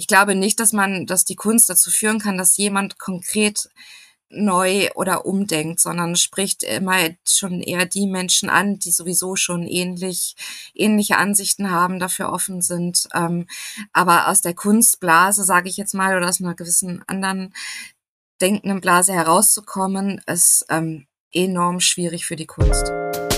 glaube nicht, dass die Kunst dazu führen kann, dass jemand konkret neu oder umdenkt, sondern spricht immer schon eher die Menschen an, die sowieso schon ähnliche Ansichten haben, dafür offen sind. Aber aus der Kunstblase, sage ich jetzt mal, oder aus einer gewissen anderen denkenden Blase herauszukommen, ist enorm schwierig für die Kunst.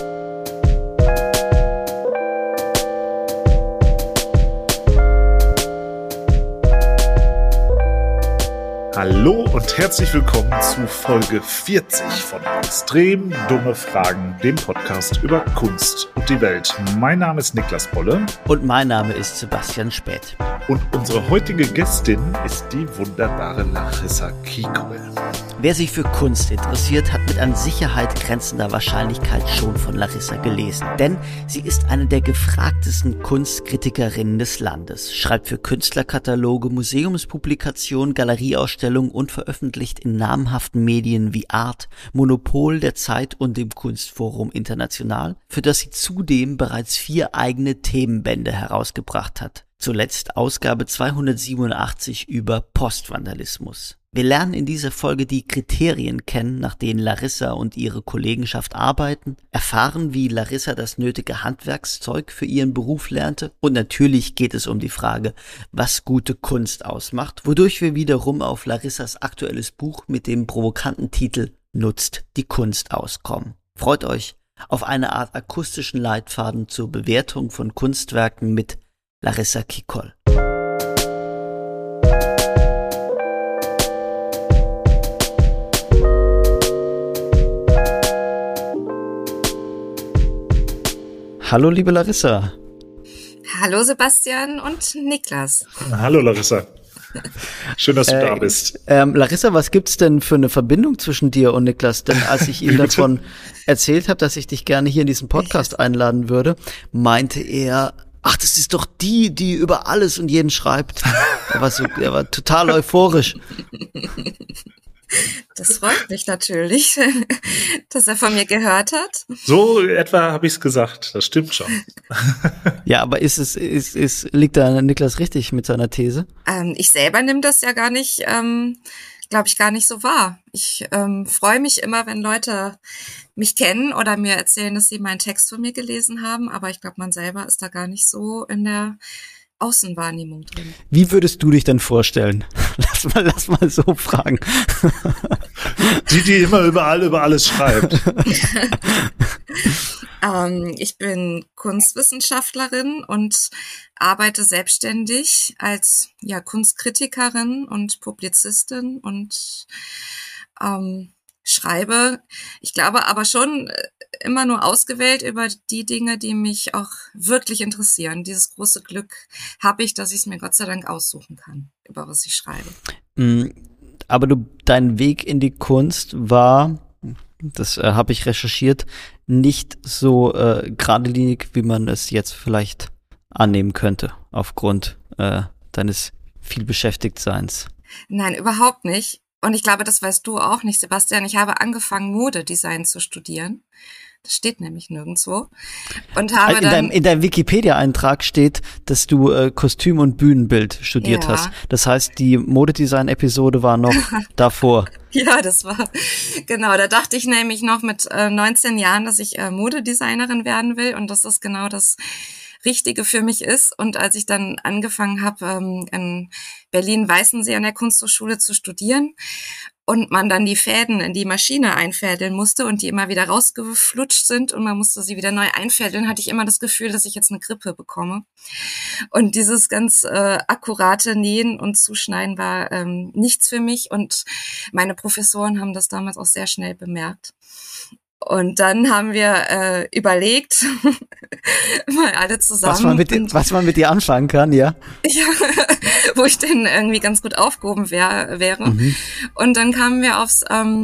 Hallo und herzlich willkommen zu Folge 40 von Extrem dumme Fragen, dem Podcast über Kunst und die Welt. Mein Name ist Niklas Bolle. Und mein Name ist Sebastian Späth. Und unsere heutige Gästin ist die wunderbare Larissa Kikol. Wer sich für Kunst interessiert, hat mit an Sicherheit grenzender Wahrscheinlichkeit schon von Larissa gelesen. Denn sie ist eine der gefragtesten Kunstkritikerinnen des Landes, schreibt für Künstlerkataloge, Museumspublikationen, Galerieausstellungen und veröffentlicht in namhaften Medien wie Art, Monopol, der Zeit und dem Kunstforum International, für das sie zudem bereits 4 eigene Themenbände herausgebracht hat. Zuletzt Ausgabe 287 über Postvandalismus. Wir lernen in dieser Folge die Kriterien kennen, nach denen Larissa und ihre Kollegenschaft arbeiten, erfahren, wie Larissa das nötige Handwerkszeug für ihren Beruf lernte und natürlich geht es um die Frage, was gute Kunst ausmacht, wodurch wir wiederum auf Larissas aktuelles Buch mit dem provokanten Titel Nutzt die Kunst aus kommen. Freut euch auf eine Art akustischen Leitfaden zur Bewertung von Kunstwerken mit Larissa Kikol. Hallo liebe Larissa. Hallo Sebastian und Niklas. Hallo Larissa. Schön, dass du da bist. Larissa, was gibt's denn für eine Verbindung zwischen dir und Niklas? Denn als ich ihm davon erzählt habe, dass ich dich gerne hier in diesen Podcast einladen würde, meinte er, ach, das ist doch die über alles und jeden schreibt. Er war total euphorisch. Das freut mich natürlich, dass er von mir gehört hat. So etwa habe ich es gesagt, das stimmt schon. Ja, aber liegt da Niklas richtig mit seiner These? Ich selber nehme das ja gar nicht, glaube ich, gar nicht so wahr. Ich freue mich immer, wenn Leute mich kennen oder mir erzählen, dass sie meinen Text von mir gelesen haben, aber ich glaube, man selber ist da gar nicht so in der Außenwahrnehmung drin. Wie würdest du dich denn vorstellen? Lass mal so fragen. Die immer überall über alles schreibt. Ich bin Kunstwissenschaftlerin und arbeite selbstständig als Kunstkritikerin und Publizistin und schreibe, ich glaube aber schon immer nur ausgewählt über die Dinge, die mich auch wirklich interessieren. Dieses große Glück habe ich, dass ich es mir Gott sei Dank aussuchen kann, über was ich schreibe. Aber dein Weg in die Kunst war, das habe ich recherchiert, nicht so geradlinig, wie man es jetzt vielleicht annehmen könnte, aufgrund deines vielbeschäftigtseins. Nein, überhaupt nicht. Und ich glaube, das weißt du auch nicht, Sebastian. Ich habe angefangen, Modedesign zu studieren. Das steht nämlich nirgendwo. Und habe in deinem Wikipedia-Eintrag steht, dass du Kostüm- und Bühnenbild studiert hast. Das heißt, die Modedesign-Episode war noch davor. Ja, das war, genau, da dachte ich nämlich noch mit 19 Jahren, dass ich Modedesignerin werden will und dass das genau das Richtige für mich ist. Und als ich dann angefangen habe, in Berlin-Weißensee an der Kunsthochschule zu studieren und man dann die Fäden in die Maschine einfädeln musste und die immer wieder rausgeflutscht sind und man musste sie wieder neu einfädeln, hatte ich immer das Gefühl, dass ich jetzt eine Grippe bekomme. Und dieses ganz akkurate Nähen und Zuschneiden war nichts für mich und meine Professoren haben das damals auch sehr schnell bemerkt. Und dann haben wir überlegt, mal alle zusammen. Was man mit dir anfangen kann, ja? Ja, wo ich denn irgendwie ganz gut aufgehoben wäre. Mhm. Und dann kamen wir auf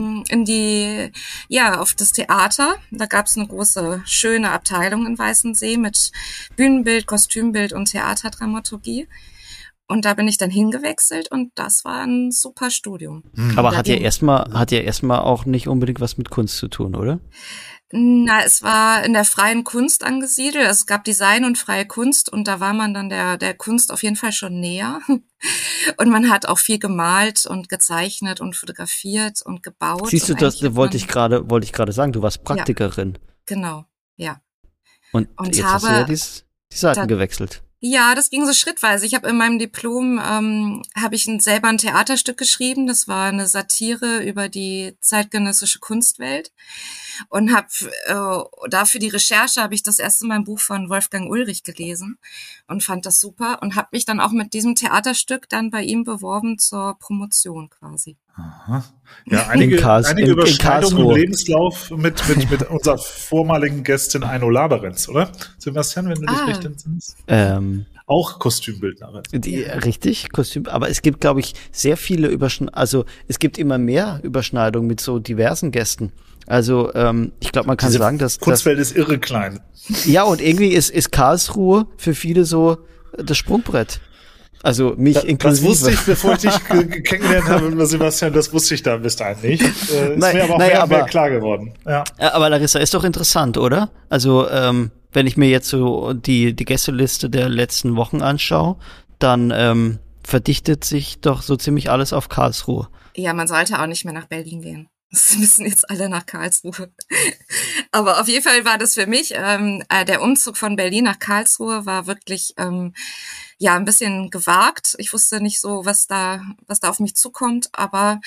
das Theater. Da gab es eine große, schöne Abteilung in Weißensee mit Bühnenbild, Kostümbild und Theaterdramaturgie. Und da bin ich dann hingewechselt und das war ein super Studium. Aber hat ja erstmal auch nicht unbedingt was mit Kunst zu tun, oder? Na, es war in der freien Kunst angesiedelt. Also es gab Design und freie Kunst und da war man dann der Kunst auf jeden Fall schon näher. Und man hat auch viel gemalt und gezeichnet und fotografiert und gebaut. Siehst du, Und das eigentlich hat wollte ich gerade sagen, du warst ja, Praktikerin. genau, ja. Und Und jetzt hast du ja habe die Seiten da gewechselt. Ja, das ging so schrittweise. Ich habe in meinem Diplom habe ich selber ein Theaterstück geschrieben. Das war eine Satire über die zeitgenössische Kunstwelt und habe dafür die Recherche habe ich das erste Mal ein Buch von Wolfgang Ulrich gelesen und fand das super und habe mich dann auch mit diesem Theaterstück dann bei ihm beworben zur Promotion quasi. Aha. Ja, In, einige in Überschneidungen im Karlsruhe. Lebenslauf mit unserer vormaligen Gästin Aino Laberenz, oder? Sebastian, wenn du dich recht entsinnst. Auch Kostümbildnerin. Richtig, Kostüm. Aber es gibt, glaube ich, sehr viele Überschneidungen. Also es gibt immer mehr Überschneidungen mit so diversen Gästen. Also ich glaube, man kann Diese sagen, dass Kunstwelt ist irre klein. ja, und irgendwie ist Karlsruhe für viele so das Sprungbrett. Also mich inklusive. Das wusste ich, bevor ich dich kennengelernt habe, Sebastian, das wusste ich da bis dahin nicht. Ist mir aber auch mehr klar geworden. Ja. Aber Larissa, ist doch interessant, oder? Also wenn ich mir jetzt so die Gästeliste der letzten Wochen anschaue, dann verdichtet sich doch so ziemlich alles auf Karlsruhe. Ja, man sollte auch nicht mehr nach Berlin gehen. Das müssen jetzt alle nach Karlsruhe. Aber auf jeden Fall war das für mich, der Umzug von Berlin nach Karlsruhe war wirklich ja ein bisschen gewagt. Ich wusste nicht so, was da auf mich zukommt, aber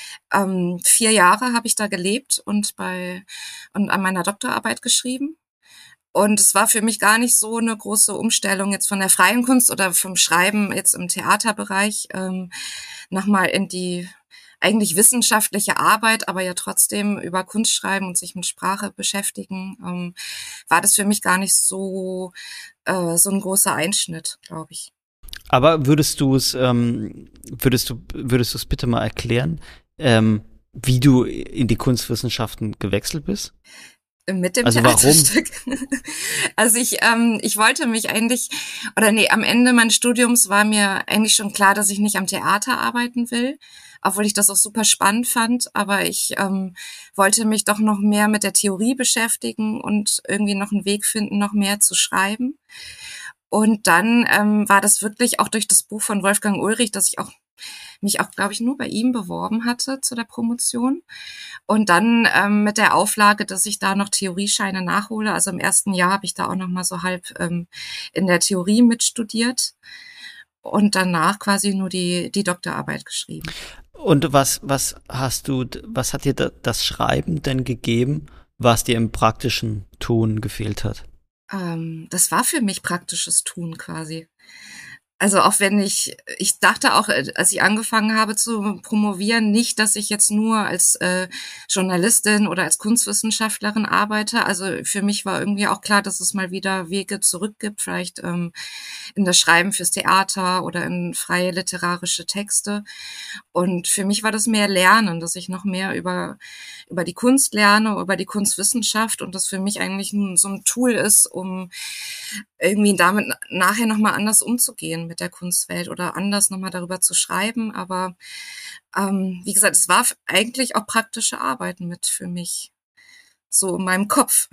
4 Jahre habe ich da gelebt und an meiner Doktorarbeit geschrieben. Und es war für mich gar nicht so eine große Umstellung jetzt von der freien Kunst oder vom Schreiben jetzt im Theaterbereich nochmal in die eigentlich wissenschaftliche Arbeit, aber ja trotzdem über Kunst schreiben und sich mit Sprache beschäftigen, war das für mich gar nicht so ein großer Einschnitt, glaube ich. Aber würdest du es bitte mal erklären, wie du in die Kunstwissenschaften gewechselt bist? Mit dem Also Theaterstück. Also ich wollte mich eigentlich, am Ende meines Studiums war mir eigentlich schon klar, dass ich nicht am Theater arbeiten will, obwohl ich das auch super spannend fand, aber ich wollte mich doch noch mehr mit der Theorie beschäftigen und irgendwie noch einen Weg finden, noch mehr zu schreiben. Und dann war das wirklich auch durch das Buch von Wolfgang Ulrich, dass ich mich auch, glaube ich, nur bei ihm beworben hatte zu der Promotion. Und dann mit der Auflage, dass ich da noch Theoriescheine nachhole. Also im ersten Jahr habe ich da auch noch mal so halb in der Theorie mitstudiert und danach quasi nur die Doktorarbeit geschrieben. Und was hat dir das Schreiben denn gegeben, was dir im praktischen Tun gefehlt hat? Das war für mich praktisches Tun quasi. Also auch wenn ich dachte auch, als ich angefangen habe zu promovieren, nicht, dass ich jetzt nur als Journalistin oder als Kunstwissenschaftlerin arbeite. Also für mich war irgendwie auch klar, dass es mal wieder Wege zurück gibt, vielleicht in das Schreiben fürs Theater oder in freie literarische Texte. Und für mich war das mehr Lernen, dass ich noch mehr über die Kunst lerne, über die Kunstwissenschaft und das für mich eigentlich so ein Tool ist, um irgendwie damit nachher nochmal anders umzugehen mit der Kunstwelt oder anders nochmal darüber zu schreiben. Aber wie gesagt, es war eigentlich auch praktische Arbeit mit für mich. So in meinem Kopf,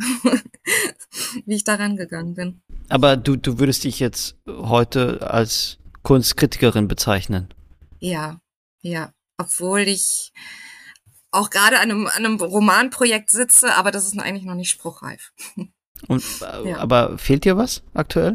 wie ich da rangegangen bin. Aber du würdest dich jetzt heute als Kunstkritikerin bezeichnen? Ja. Obwohl ich auch gerade an einem Romanprojekt sitze, aber das ist eigentlich noch nicht spruchreif. Und, ja. Aber fehlt dir was aktuell?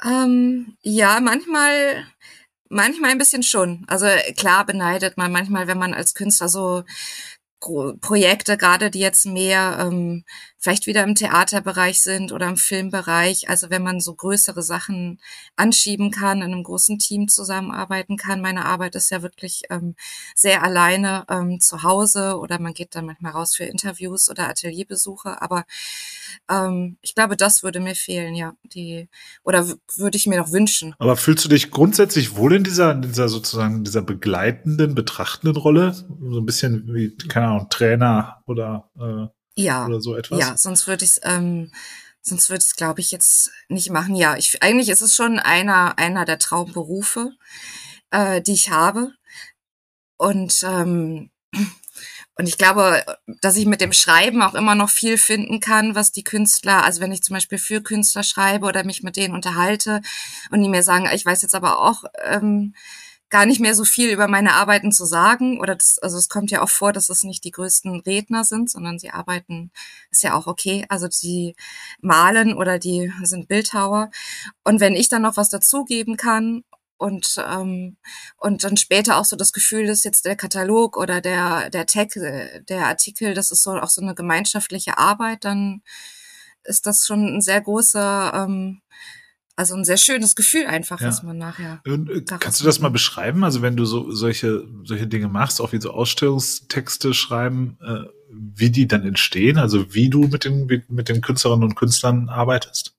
Ja, manchmal ein bisschen schon. Also klar beneidet man manchmal, wenn man als Künstler so Projekte, gerade die jetzt mehr vielleicht wieder im Theaterbereich sind oder im Filmbereich, also wenn man so größere Sachen anschieben kann, in einem großen Team zusammenarbeiten kann. Meine Arbeit ist ja wirklich sehr alleine zu Hause oder man geht dann manchmal raus für Interviews oder Atelierbesuche, aber ich glaube, das würde mir fehlen, ja, oder würde ich mir noch wünschen. Aber fühlst du dich grundsätzlich wohl in dieser sozusagen dieser begleitenden, betrachtenden Rolle? So ein bisschen wie, keine Ahnung, Trainer oder oder so etwas? Ja, sonst würde ich es, glaube ich, jetzt nicht machen. Ja, eigentlich ist es schon einer der Traumberufe, die ich habe. Und Und ich glaube, dass ich mit dem Schreiben auch immer noch viel finden kann, was die Künstler, also wenn ich zum Beispiel für Künstler schreibe oder mich mit denen unterhalte und die mir sagen, ich weiß jetzt aber auch gar nicht mehr so viel über meine Arbeiten zu sagen, oder also es kommt ja auch vor, dass es nicht die größten Redner sind, sondern sie arbeiten, ist ja auch okay, also sie malen oder die sind Bildhauer. Und wenn ich dann noch was dazugeben kann und dann später auch so das Gefühl ist, jetzt der Katalog oder der Text, der Artikel, das ist so auch so eine gemeinschaftliche Arbeit, dann ist das schon ein sehr großer, also ein sehr schönes Gefühl einfach, was man nachher. Kannst du das mal beschreiben? Also wenn du solche Dinge machst, auch wie so Ausstellungstexte schreiben, wie die dann entstehen, also wie du mit den Künstlerinnen und Künstlern arbeitest?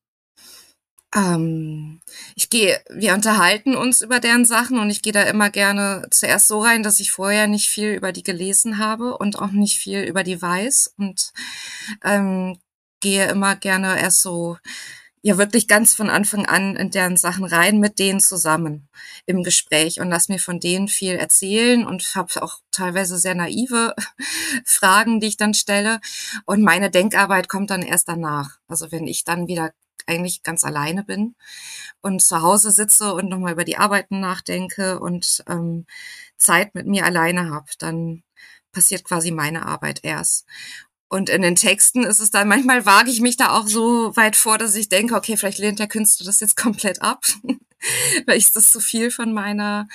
Wir unterhalten uns über deren Sachen und ich gehe da immer gerne zuerst so rein, dass ich vorher nicht viel über die gelesen habe und auch nicht viel über die weiß und gehe immer gerne erst so, ja wirklich ganz von Anfang an in deren Sachen rein, mit denen zusammen im Gespräch und lass mir von denen viel erzählen und habe auch teilweise sehr naive Fragen, die ich dann stelle und meine Denkarbeit kommt dann erst danach. Also wenn ich dann wieder eigentlich ganz alleine bin und zu Hause sitze und nochmal über die Arbeiten nachdenke und Zeit mit mir alleine habe, dann passiert quasi meine Arbeit erst. Und in den Texten ist es dann, manchmal wage ich mich da auch so weit vor, dass ich denke, okay, vielleicht lehnt der Künstler das jetzt komplett ab, weil ist das zu viel von meiner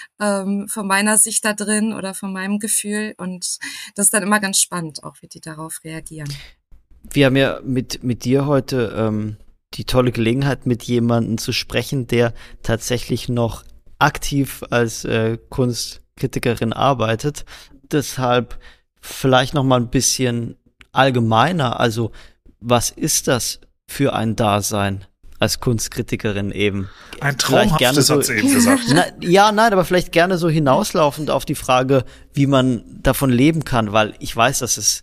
Sicht da drin oder von meinem Gefühl. Und das ist dann immer ganz spannend, auch wie die darauf reagieren. Wir haben ja mit dir heute die tolle Gelegenheit, mit jemandem zu sprechen, der tatsächlich noch aktiv als Kunstkritikerin arbeitet. Deshalb vielleicht noch mal ein bisschen allgemeiner. Also was ist das für ein Dasein als Kunstkritikerin eben? Ein traumhaftes, hat sie eben gesagt. Nein, aber vielleicht gerne so hinauslaufend auf die Frage, wie man davon leben kann, weil ich weiß,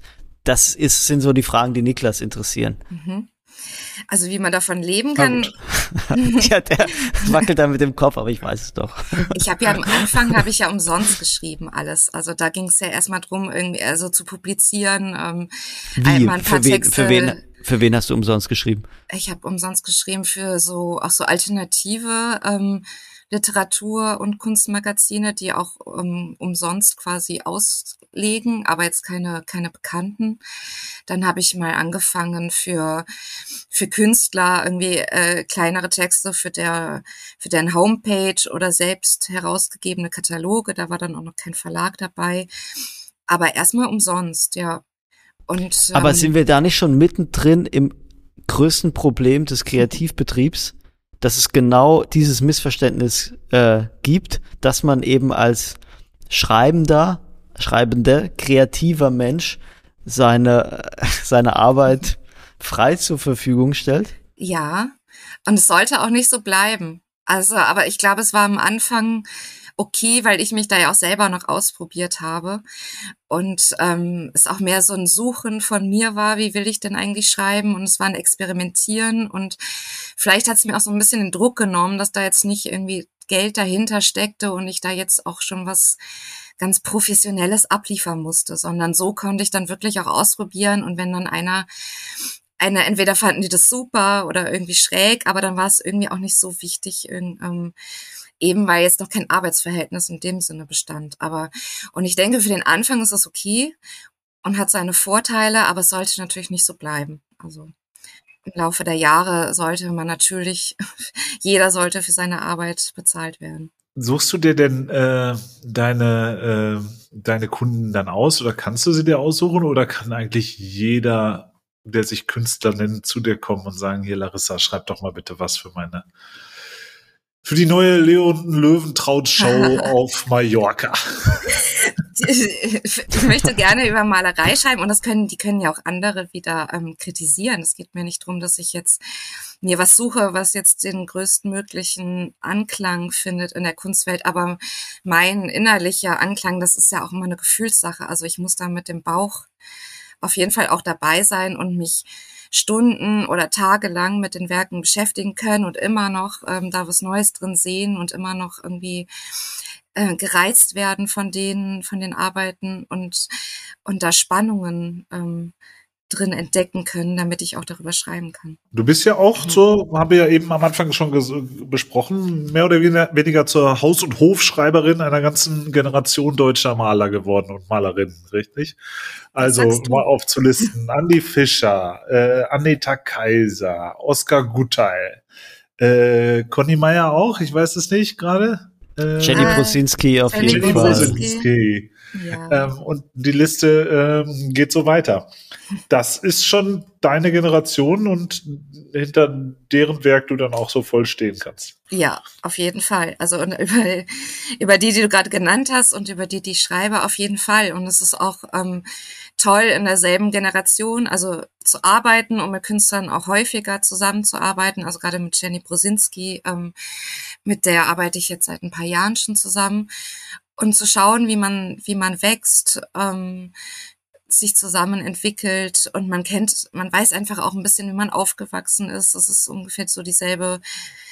sind so die Fragen, die Niklas interessieren. Mhm. Also wie man davon leben kann. Ja, der wackelt da mit dem Kopf, aber ich weiß es doch. Ich habe ja am Anfang umsonst geschrieben alles. Also da ging es ja erstmal drum, irgendwie also zu publizieren. Wie? Für wen hast du umsonst geschrieben? Ich habe umsonst geschrieben für so alternative Literatur- und Kunstmagazine, die auch umsonst quasi auslegen, aber jetzt keine Bekannten. Dann habe ich mal angefangen für Künstler irgendwie kleinere Texte für deren Homepage oder selbst herausgegebene Kataloge. Da war dann auch noch kein Verlag dabei. Aber erstmal umsonst, ja. Und, aber sind wir da nicht schon mittendrin im größten Problem des Kreativbetriebs, dass es genau dieses Missverständnis gibt, dass man eben als schreibende, kreativer Mensch seine Arbeit frei zur Verfügung stellt? Ja, und es sollte auch nicht so bleiben. Also, aber ich glaube, es war am Anfang okay, weil ich mich da ja auch selber noch ausprobiert habe und es auch mehr so ein Suchen von mir war, wie will ich denn eigentlich schreiben, und es war ein Experimentieren und vielleicht hat es mir auch so ein bisschen den Druck genommen, dass da jetzt nicht irgendwie Geld dahinter steckte und ich da jetzt auch schon was ganz Professionelles abliefern musste, sondern so konnte ich dann wirklich auch ausprobieren und wenn dann einer entweder fanden die das super oder irgendwie schräg, aber dann war es irgendwie auch nicht so wichtig, eben weil jetzt noch kein Arbeitsverhältnis in dem Sinne bestand. Und ich denke, für den Anfang ist das okay und hat seine Vorteile, aber es sollte natürlich nicht so bleiben. Also im Laufe der Jahre sollte man natürlich, jeder sollte für seine Arbeit bezahlt werden. Suchst du dir denn deine Kunden dann aus oder kannst du sie dir aussuchen oder kann eigentlich jeder, der sich Künstler nennt, zu dir kommen und sagen, hier Larissa, schreib doch mal bitte was für die neue Leon Löwentraut-Show auf Mallorca? Ich möchte gerne über Malerei schreiben und die können ja auch andere wieder kritisieren. Es geht mir nicht darum, dass ich jetzt mir was suche, was jetzt den größtmöglichen Anklang findet in der Kunstwelt, aber mein innerlicher Anklang, das ist ja auch immer eine Gefühlssache. Also ich muss da mit dem Bauch auf jeden Fall auch dabei sein und mich Stunden oder Tage lang mit den Werken beschäftigen können und immer noch da was Neues drin sehen und immer noch irgendwie gereizt werden von den Arbeiten und da Spannungen drin entdecken können, damit ich auch darüber schreiben kann. Du bist ja auch haben wir ja eben am Anfang schon besprochen, mehr oder weniger zur Haus- und Hofschreiberin einer ganzen Generation deutscher Maler geworden und Malerinnen, richtig? Also mal aufzulisten: Andi Fischer, Anita Kaiser, Oskar Gutteil, Conny Meyer auch, ich weiß es nicht gerade. Jenny Brusinski auf jeden Fall. Brusinski. Ja. Und die Liste geht so weiter. Das ist schon deine Generation und hinter deren Werk du dann auch so voll stehen kannst. Ja, auf jeden Fall. Also über die du gerade genannt hast und über die ich schreibe, auf jeden Fall. Und es ist auch toll, in derselben Generation also zu arbeiten und mit Künstlern auch häufiger zusammenzuarbeiten. Also gerade mit Jenny Brusinski, mit der arbeite ich jetzt seit ein paar Jahren schon zusammen. Und zu schauen, wie man wächst, sich zusammen entwickelt und man weiß einfach auch ein bisschen, wie man aufgewachsen ist. Das ist ungefähr so dieselbe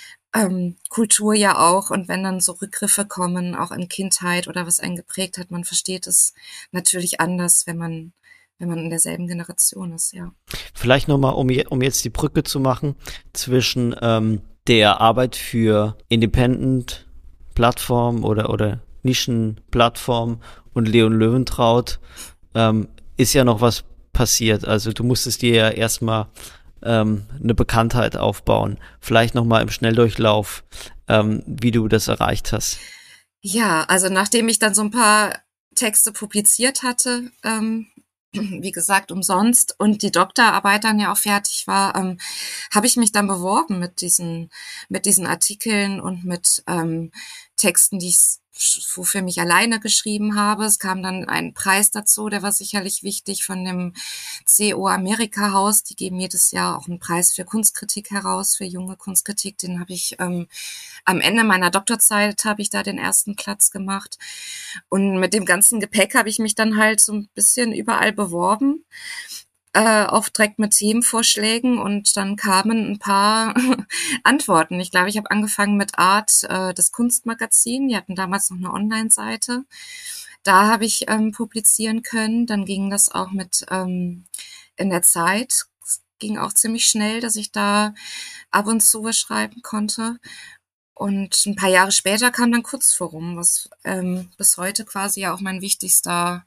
Kultur ja auch. Und wenn dann so Rückgriffe kommen, auch in Kindheit oder was einen geprägt hat, man versteht es natürlich anders, wenn man in derselben Generation ist, ja. Vielleicht nochmal, um jetzt die Brücke zu machen zwischen der Arbeit für Independent-Plattformen oder Nischenplattformen und Leon Löwentraut, ist ja noch was passiert. Also du musstest dir ja erstmal eine Bekanntheit aufbauen. Vielleicht nochmal im Schnelldurchlauf, wie du das erreicht hast. Ja, also nachdem ich dann so ein paar Texte publiziert hatte, wie gesagt, umsonst und die Doktorarbeit dann ja auch fertig war, habe ich mich dann beworben mit diesen Artikeln und mit Texten, die ich für mich alleine geschrieben habe. Es kam dann ein Preis dazu, der war sicherlich wichtig, von dem CO Amerika Haus. Die geben jedes Jahr auch einen Preis für Kunstkritik heraus, für junge Kunstkritik. Den habe ich am Ende meiner Doktorzeit habe ich da den ersten Platz gemacht. Und mit dem ganzen Gepäck habe ich mich dann halt so ein bisschen überall beworben. Auch direkt mit Themenvorschlägen und dann kamen ein paar Antworten. Ich glaube, ich habe angefangen mit Art, das Kunstmagazin. Die hatten damals noch eine Online-Seite. Da habe ich publizieren können. Dann ging das auch mit in der Zeit. Es ging auch ziemlich schnell, dass ich da ab und zu was schreiben konnte. Und ein paar Jahre später kam dann Kurzforum, was bis heute quasi ja auch mein wichtigstes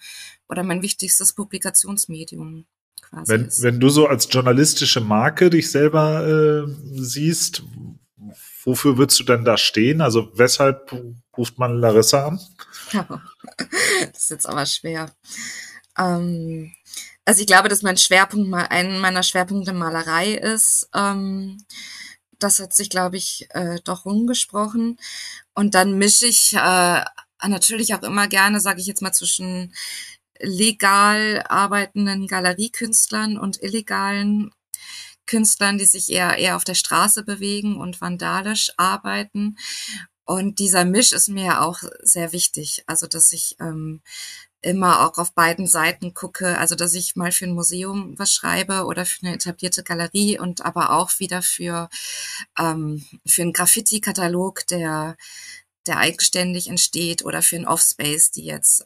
Publikationsmedium wenn du so als journalistische Marke dich selber siehst, wofür würdest du denn da stehen? Also weshalb ruft man Larissa an? Das ist jetzt aber schwer. Also ich glaube, dass einen meiner Schwerpunkte Malerei ist. Das hat sich, glaube ich, doch rumgesprochen. Und dann mische ich natürlich auch immer gerne, sage ich jetzt mal, zwischen legal arbeitenden Galeriekünstlern und illegalen Künstlern, die sich eher auf der Straße bewegen und vandalisch arbeiten. Und dieser Misch ist mir ja auch sehr wichtig. Also, dass ich immer auch auf beiden Seiten gucke, also dass ich mal für ein Museum was schreibe oder für eine etablierte Galerie und aber auch wieder für einen Graffiti-Katalog, der eigenständig entsteht, oder für ein Offspace, die jetzt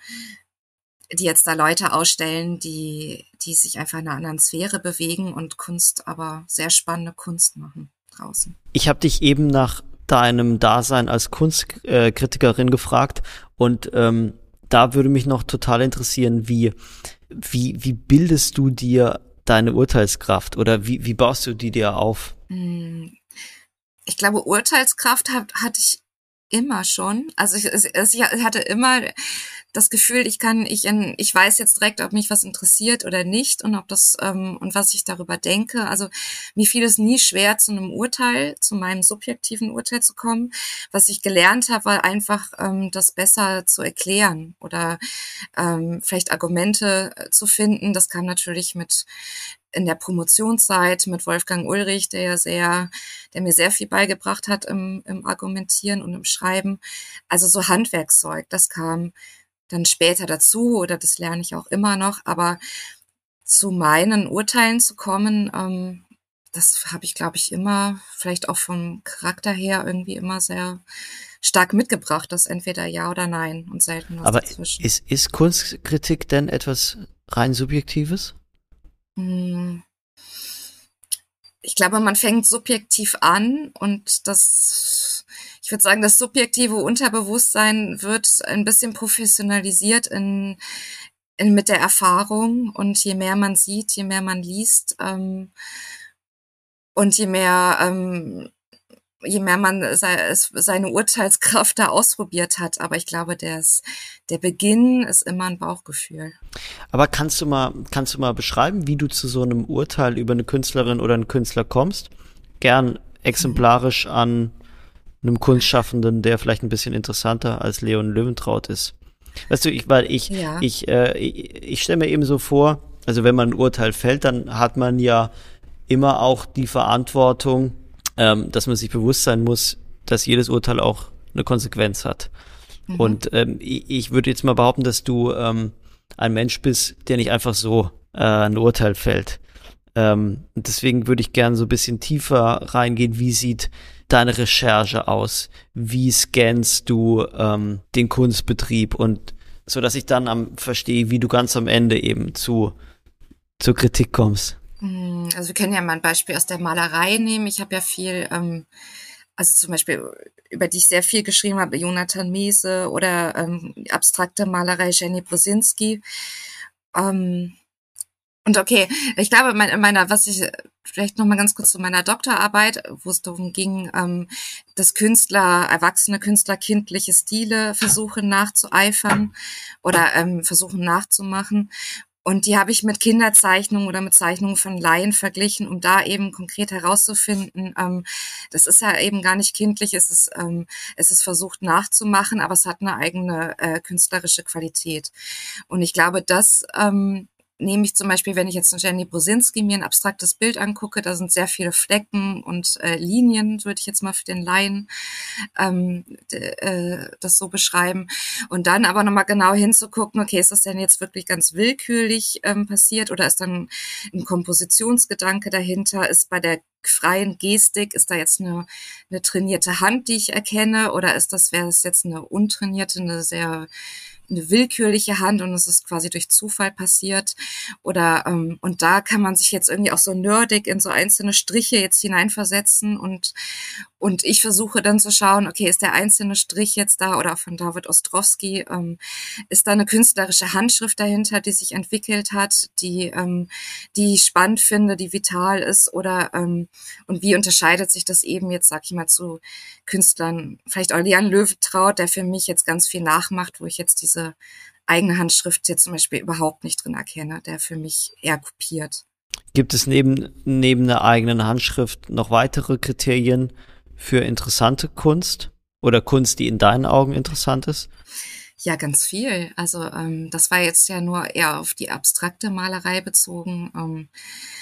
da Leute ausstellen, die sich einfach in einer anderen Sphäre bewegen und Kunst, aber sehr spannende Kunst machen draußen. Ich habe dich eben nach deinem Dasein als Kunstkritikerin gefragt und da würde mich noch total interessieren, wie bildest du dir deine Urteilskraft oder wie baust du die dir auf? Ich glaube, Urteilskraft hatte ich immer schon. Also ich hatte immer das Gefühl, ich weiß jetzt direkt, ob mich was interessiert oder nicht und ob das und was ich darüber denke. Also mir fiel es nie schwer, zu meinem subjektiven Urteil zu kommen. Was ich gelernt habe, war einfach das besser zu erklären oder vielleicht Argumente zu finden. Das kam natürlich in der Promotionszeit mit Wolfgang Ulrich, der mir sehr viel beigebracht hat im Argumentieren und im Schreiben. Also so Handwerkszeug, das kam dann später dazu oder das lerne ich auch immer noch. Aber zu meinen Urteilen zu kommen, das habe ich, glaube ich, immer, vielleicht auch vom Charakter her, irgendwie immer sehr stark mitgebracht, das entweder ja oder nein und selten was Aber dazwischen. ist Kunstkritik denn etwas rein Subjektives? Hm. Ich glaube, man fängt subjektiv an und ich würde sagen, das subjektive Unterbewusstsein wird ein bisschen professionalisiert mit der Erfahrung, und je mehr man sieht, je mehr man liest, und je mehr man seine Urteilskraft da ausprobiert hat. Aber ich glaube, der Beginn ist immer ein Bauchgefühl. Aber kannst du mal beschreiben, wie du zu so einem Urteil über eine Künstlerin oder einen Künstler kommst? Gern exemplarisch an einem Kunstschaffenden, der vielleicht ein bisschen interessanter als Leon Löwentraut ist. Weißt du, Ja. ich stelle mir eben so vor, also wenn man ein Urteil fällt, dann hat man ja immer auch die Verantwortung, dass man sich bewusst sein muss, dass jedes Urteil auch eine Konsequenz hat. Und ich würde jetzt mal behaupten, dass du ein Mensch bist, der nicht einfach so ein Urteil fällt. Deswegen würde ich gerne so ein bisschen tiefer reingehen. Wie sieht deine Recherche aus? Wie scannst du den Kunstbetrieb? Und so, dass ich dann verstehe, wie du ganz am Ende eben zur Kritik kommst. Also wir können ja mal ein Beispiel aus der Malerei nehmen. Ich habe ja viel, also zum Beispiel, über die ich sehr viel geschrieben habe, Jonathan Mese oder abstrakte Malerei Jenny Brusinski. Und okay, ich glaube, vielleicht noch mal ganz kurz zu meiner Doktorarbeit, wo es darum ging, dass erwachsene Künstler kindliche Stile versuchen nachzueifern oder versuchen nachzumachen. Und die habe ich mit Kinderzeichnungen oder mit Zeichnungen von Laien verglichen, um da eben konkret herauszufinden, das ist ja eben gar nicht kindlich, es ist versucht nachzumachen, aber es hat eine eigene künstlerische Qualität. Und ich glaube, das nehme ich zum Beispiel, wenn ich jetzt einen Jenny Brusinski mir ein abstraktes Bild angucke, da sind sehr viele Flecken und Linien, würde ich jetzt mal für den Laien das so beschreiben. Und dann aber nochmal genau hinzugucken, okay, ist das denn jetzt wirklich ganz willkürlich passiert oder ist dann ein Kompositionsgedanke dahinter? Ist bei der freien Gestik, ist da jetzt eine trainierte Hand, die ich erkenne, oder wäre das jetzt eine untrainierte, eine willkürliche Hand und es ist quasi durch Zufall passiert, oder und da kann man sich jetzt irgendwie auch so nerdig in so einzelne Striche jetzt hineinversetzen, und ich versuche dann zu schauen, okay, ist der einzelne Strich jetzt da, oder auch von David Ostrowski, ist da eine künstlerische Handschrift dahinter, die sich entwickelt hat, die ich spannend finde, die vital ist, oder und wie unterscheidet sich das eben jetzt, sag ich mal, zu Künstlern, vielleicht auch Jan Löwentraut, der für mich jetzt ganz viel nachmacht, wo ich jetzt diese eigene Handschrift jetzt zum Beispiel überhaupt nicht drin erkenne, der für mich eher kopiert. Gibt es neben einer eigenen Handschrift noch weitere Kriterien für interessante Kunst oder Kunst, die in deinen Augen interessant ist? Ja, ganz viel. Also das war jetzt ja nur eher auf die abstrakte Malerei bezogen.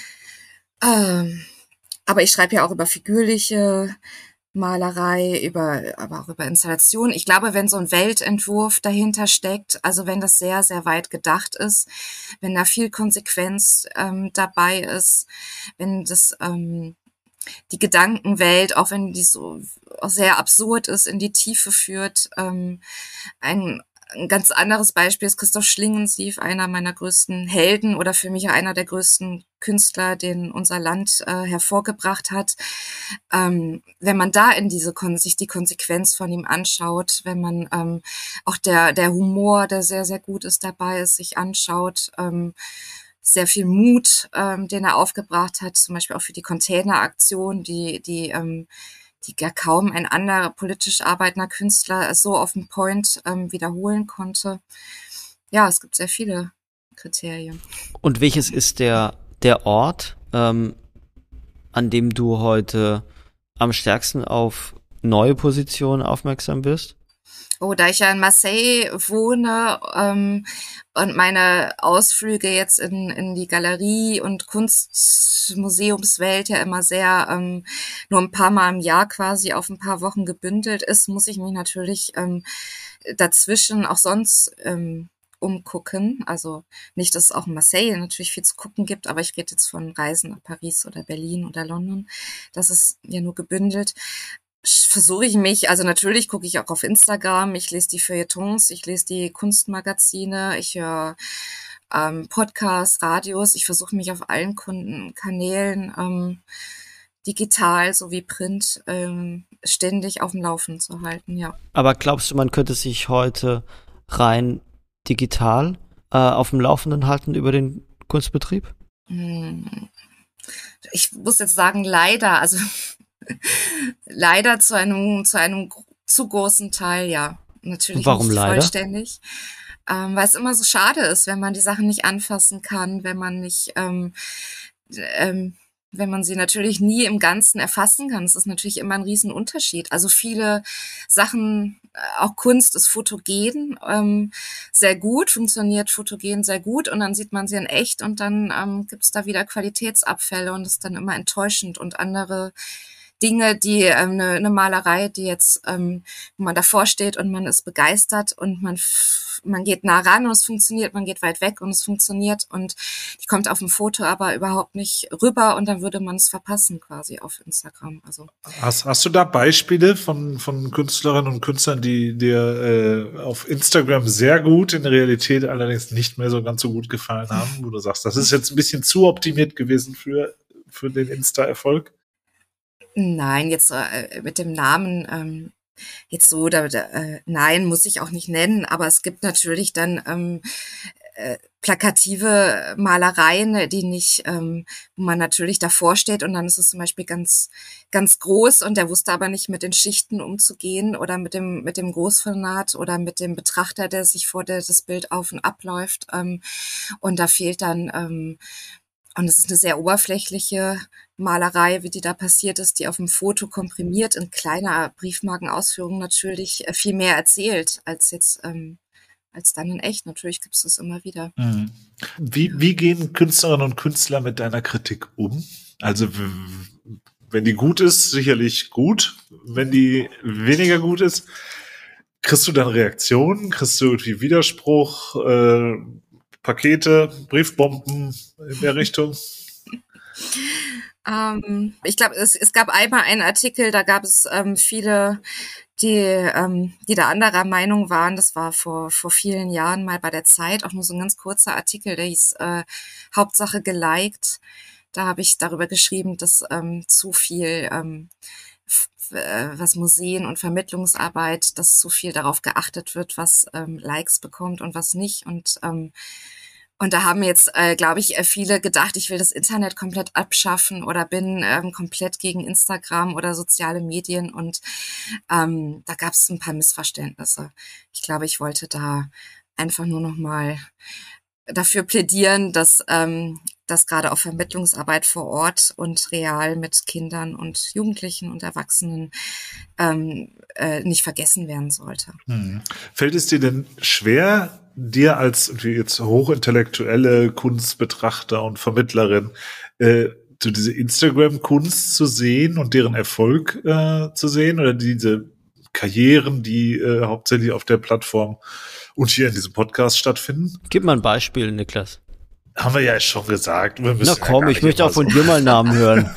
Aber ich schreibe ja auch über figürliche Malerei, aber auch über Installation. Ich glaube, wenn so ein Weltentwurf dahinter steckt, also wenn das sehr, sehr weit gedacht ist, wenn da viel Konsequenz dabei ist, wenn das die Gedankenwelt, auch wenn die so auch sehr absurd ist, in die Tiefe führt. Ein ganz anderes Beispiel ist Christoph Schlingensief, einer meiner größten Helden oder für mich einer der größten Künstler, den unser Land hervorgebracht hat. Wenn man da sich die Konsequenz von ihm anschaut, wenn man auch der Humor, der sehr, sehr gut ist dabei ist, sich anschaut, sehr viel Mut, den er aufgebracht hat, zum Beispiel auch für die Containeraktion, die ja kaum ein anderer politisch arbeitender Künstler so auf den Point wiederholen konnte. Ja, es gibt sehr viele Kriterien. Und welches ist der Ort, an dem du heute am stärksten auf neue Positionen aufmerksam wirst? Oh, da ich ja in Marseille wohne und meine Ausflüge jetzt in die Galerie- und Kunstmuseumswelt ja immer sehr nur ein paar Mal im Jahr quasi auf ein paar Wochen gebündelt ist, muss ich mich natürlich dazwischen auch sonst umgucken. Also nicht, dass es auch in Marseille natürlich viel zu gucken gibt, aber ich rede jetzt von Reisen nach Paris oder Berlin oder London. Das ist ja nur gebündelt. versuche ich mich, also natürlich gucke ich auch auf Instagram, ich lese die Feuilletons, ich lese die Kunstmagazine, ich höre Podcasts, Radios, ich versuche mich auf allen Kundenkanälen digital sowie Print ständig auf dem Laufen zu halten, ja. Aber glaubst du, man könnte sich heute rein digital auf dem Laufenden halten über den Kunstbetrieb? Ich muss jetzt sagen, leider, also leider zu einem zu großen Teil, ja. Natürlich Warum nicht leider? vollständig. Weil es immer so schade ist, wenn man die Sachen nicht anfassen kann, wenn man nicht, wenn man sie natürlich nie im Ganzen erfassen kann. Das ist natürlich immer ein Riesenunterschied. Also viele Sachen, auch Kunst ist fotogen sehr gut, funktioniert fotogen sehr gut und dann sieht man sie in echt und dann gibt's da wieder Qualitätsabfälle und das ist dann immer enttäuschend und andere Dinge, die eine Malerei, die jetzt, wo man davor steht und man ist begeistert und man geht nah ran und es funktioniert, man geht weit weg und es funktioniert und die kommt auf dem Foto aber überhaupt nicht rüber und dann würde man es verpassen quasi auf Instagram. Also Hast du da Beispiele von Künstlerinnen und Künstlern, die dir auf Instagram sehr gut, in der Realität allerdings nicht mehr so ganz so gut gefallen haben, wo du sagst, das ist jetzt ein bisschen zu optimiert gewesen für den Insta-Erfolg? nein, jetzt mit dem Namen jetzt so, nein, muss ich auch nicht nennen, aber es gibt natürlich dann plakative Malereien, die nicht, wo man natürlich davor steht und dann ist es zum Beispiel ganz, ganz groß und der wusste aber nicht mit den Schichten umzugehen oder mit dem Großformat oder mit dem Betrachter, der sich vor das Bild auf und abläuft und da fehlt dann und es ist eine sehr oberflächliche Malerei, wie die da passiert ist, die auf dem Foto komprimiert in kleiner Briefmarkenausführung natürlich viel mehr erzählt als jetzt als dann in echt. Natürlich gibt es das immer wieder. Mhm. Wie gehen Künstlerinnen und Künstler mit deiner Kritik um? Also wenn die gut ist, sicherlich gut. Wenn die weniger gut ist, kriegst du dann Reaktionen? Kriegst du irgendwie Widerspruch? Pakete, Briefbomben in der Richtung? Ich glaube, es gab einmal einen Artikel, da gab es viele, die da anderer Meinung waren. Das war vor vielen Jahren mal bei der Zeit, auch nur so ein ganz kurzer Artikel, der hieß Hauptsache geliked. Da habe ich darüber geschrieben, dass zu viel was Museen und Vermittlungsarbeit, dass zu viel darauf geachtet wird, was Likes bekommt und was nicht. Und da haben jetzt, glaube ich, viele gedacht, ich will das Internet komplett abschaffen oder bin komplett gegen Instagram oder soziale Medien. Und da gab es ein paar Missverständnisse. Ich glaube, ich wollte da einfach nur noch mal dafür plädieren, dass gerade auch Vermittlungsarbeit vor Ort und real mit Kindern und Jugendlichen und Erwachsenen nicht vergessen werden sollte. Fällt es dir denn schwer, dir als jetzt hochintellektuelle Kunstbetrachter und Vermittlerin so diese Instagram-Kunst zu sehen und deren Erfolg zu sehen oder diese Karrieren, die hauptsächlich auf der Plattform und hier in diesem Podcast stattfinden? Gib mal ein Beispiel, Niklas. Haben wir ja schon gesagt. Na komm, ich möchte auch von dir mal Namen hören.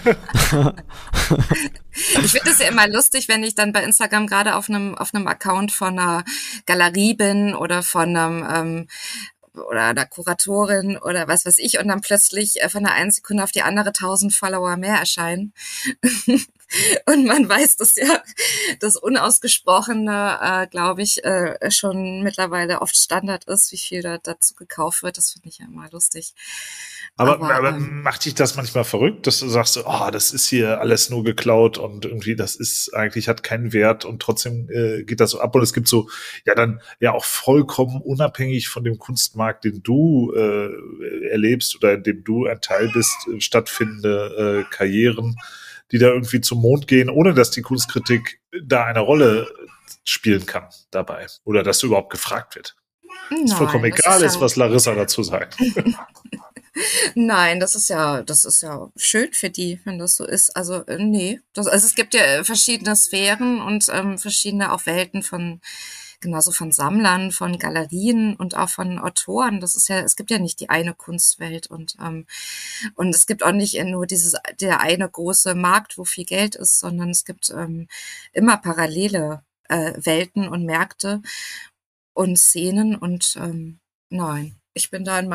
Ich finde es ja immer lustig, wenn ich dann bei Instagram gerade auf einem Account von einer Galerie bin oder von einem oder einer Kuratorin oder was weiß ich und dann plötzlich von der einen Sekunde auf die andere 1000 Follower mehr erscheinen. Und man weiß, dass ja das Unausgesprochene, glaube ich, schon mittlerweile oft Standard ist, wie viel da dazu gekauft wird. Das finde ich ja immer lustig. Aber macht dich das manchmal verrückt, dass du sagst, oh, das ist hier alles nur geklaut und irgendwie das ist eigentlich hat keinen Wert und trotzdem geht das so ab und es gibt so ja dann ja auch vollkommen unabhängig von dem Kunstmarkt, den du erlebst oder in dem du ein Teil bist, stattfindende Karrieren, die da irgendwie zum Mond gehen, ohne dass die Kunstkritik da eine Rolle spielen kann dabei oder dass du überhaupt gefragt wird. Nein, ist vollkommen egal ist, was Larissa dazu sagt. Nein, das ist ja schön für die, wenn das so ist. Also nee, also es gibt ja verschiedene Sphären und verschiedene auch Welten von genauso von Sammlern, von Galerien und auch von Autoren. Das ist ja, es gibt ja nicht die eine Kunstwelt und es gibt auch nicht nur der eine große Markt, wo viel Geld ist, sondern es gibt immer parallele Welten und Märkte und Szenen und nein. Ich bin da in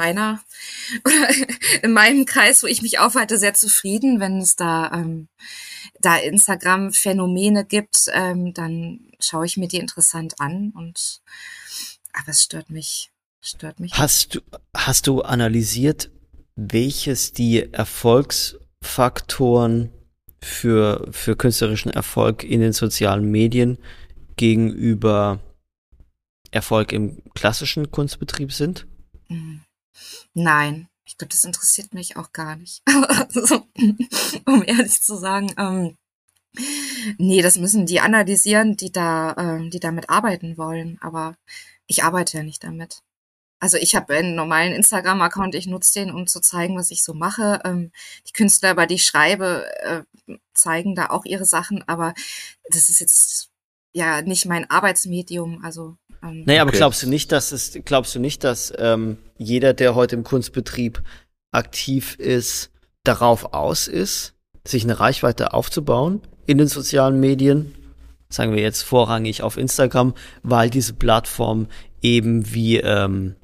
meinem Kreis, wo ich mich aufhalte, sehr zufrieden. Wenn es da Instagram-Phänomene gibt, dann schaue ich mir die interessant an aber es stört mich. Hast du analysiert, welches die Erfolgsfaktoren für künstlerischen Erfolg in den sozialen Medien gegenüber Erfolg im klassischen Kunstbetrieb sind? Nein, ich glaube, das interessiert mich auch gar nicht. Also, um ehrlich zu sagen, nee, das müssen die analysieren, die damit arbeiten wollen. Aber ich arbeite ja nicht damit. Also ich habe einen normalen Instagram-Account, ich nutze den, um zu zeigen, was ich so mache. Die Künstler, über die ich schreibe, zeigen da auch ihre Sachen, aber das ist jetzt ja nicht mein Arbeitsmedium. Also naja, aber glaubst du nicht, dass jeder, der heute im Kunstbetrieb aktiv ist, darauf aus ist, sich eine Reichweite aufzubauen in den sozialen Medien? Sagen wir jetzt vorrangig auf Instagram, weil diese Plattform eben wie ein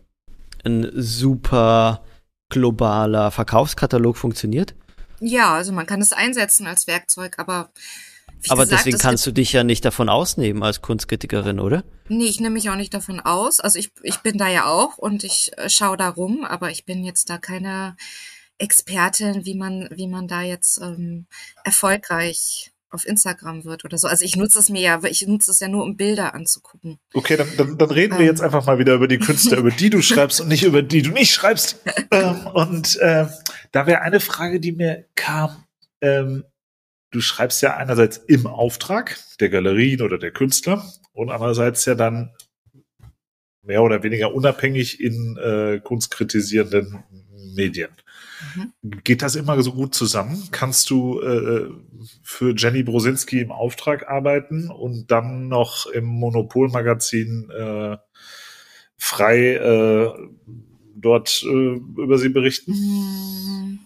super globaler Verkaufskatalog funktioniert? Ja, also man kann es einsetzen als Werkzeug, aber aber gesagt, deswegen kannst du dich ja nicht davon ausnehmen als Kunstkritikerin, oder? Nee, ich nehme mich auch nicht davon aus. Also ich bin da ja auch und ich schaue da rum, aber ich bin jetzt da keine Expertin, wie man da jetzt erfolgreich auf Instagram wird oder so. Also ich nutze es ja nur, um Bilder anzugucken. Okay, dann reden wir jetzt einfach mal wieder über die Künstler, über die du schreibst und nicht über die du nicht schreibst. Da wäre eine Frage, die mir kam. Du schreibst ja einerseits im Auftrag der Galerien oder der Künstler und andererseits ja dann mehr oder weniger unabhängig in kunstkritisierenden Medien. Geht das immer so gut zusammen? Kannst du für Jenny Brusinski im Auftrag arbeiten und dann noch im Monopol-Magazin frei dort über sie berichten?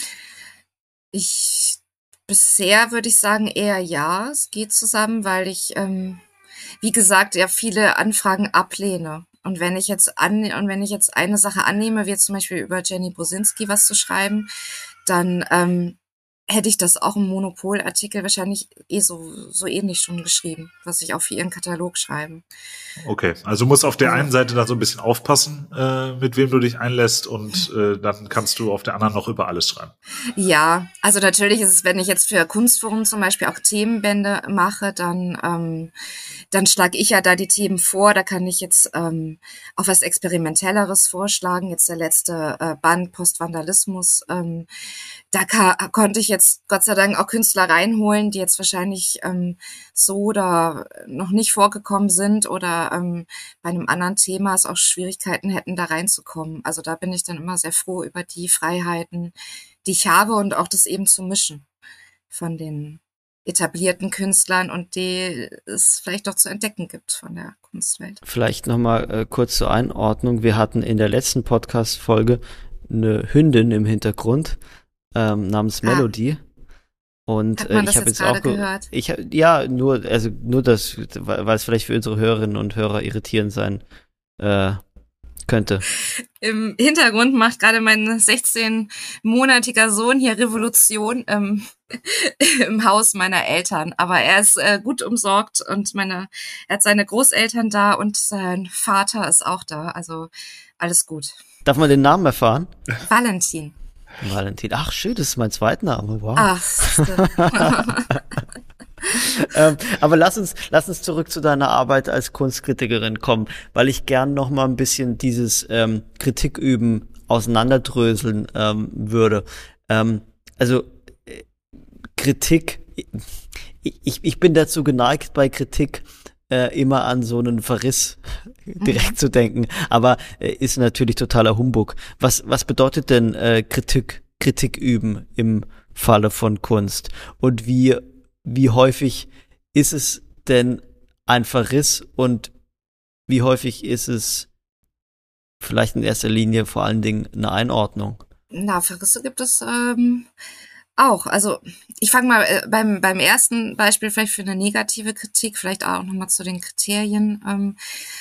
Bisher würde ich sagen eher ja, es geht zusammen, weil ich, wie gesagt, ja viele Anfragen ablehne. Und wenn ich jetzt eine Sache annehme, wie jetzt zum Beispiel über Jenny Brusinski was zu schreiben, dann hätte ich das auch im Monopol-Artikel wahrscheinlich so ähnlich schon geschrieben, was ich auch für ihren Katalog schreibe. Okay, also musst auf der einen Seite da so ein bisschen aufpassen, mit wem du dich einlässt und dann kannst du auf der anderen noch über alles schreiben. Ja, also natürlich ist es, wenn ich jetzt für Kunstforum zum Beispiel auch Themenbände mache, dann schlage ich ja da die Themen vor, da kann ich jetzt auch was Experimentelleres vorschlagen, jetzt der letzte Band Postvandalismus, da konnte ich jetzt Gott sei Dank auch Künstler reinholen, die jetzt wahrscheinlich so oder noch nicht vorgekommen sind oder bei einem anderen Thema es auch Schwierigkeiten hätten, da reinzukommen. Also da bin ich dann immer sehr froh über die Freiheiten, die ich habe und auch das eben zu mischen von den etablierten Künstlern und die es vielleicht doch zu entdecken gibt von der Kunstwelt. Vielleicht nochmal kurz zur Einordnung. Wir hatten in der letzten Podcast-Folge eine Hündin im Hintergrund, namens Melody. Und hat man das ich habe jetzt auch gehört? Nur das, weil es vielleicht für unsere Hörerinnen und Hörer irritierend sein könnte. Im Hintergrund macht gerade mein 16-monatiger Sohn hier Revolution im Haus meiner Eltern. Aber er ist gut umsorgt und er hat seine Großeltern da und sein Vater ist auch da. Also alles gut. Darf man den Namen erfahren? Valentin. Ach schön, das ist mein Zweitname. Wow. Ach, aber lass uns zurück zu deiner Arbeit als Kunstkritikerin kommen, weil ich gern noch mal ein bisschen dieses Kritiküben auseinanderdröseln würde. Kritik, ich bin dazu geneigt, bei Kritik immer an so einen Verriss direkt zu denken, aber ist natürlich totaler Humbug. Was bedeutet denn Kritik üben im Falle von Kunst? Und wie häufig ist es denn ein Verriss und wie häufig ist es vielleicht in erster Linie vor allen Dingen eine Einordnung? Na, Verrisse gibt es auch. Also ich fange mal beim ersten Beispiel vielleicht für eine negative Kritik, vielleicht auch nochmal zu den Kriterien.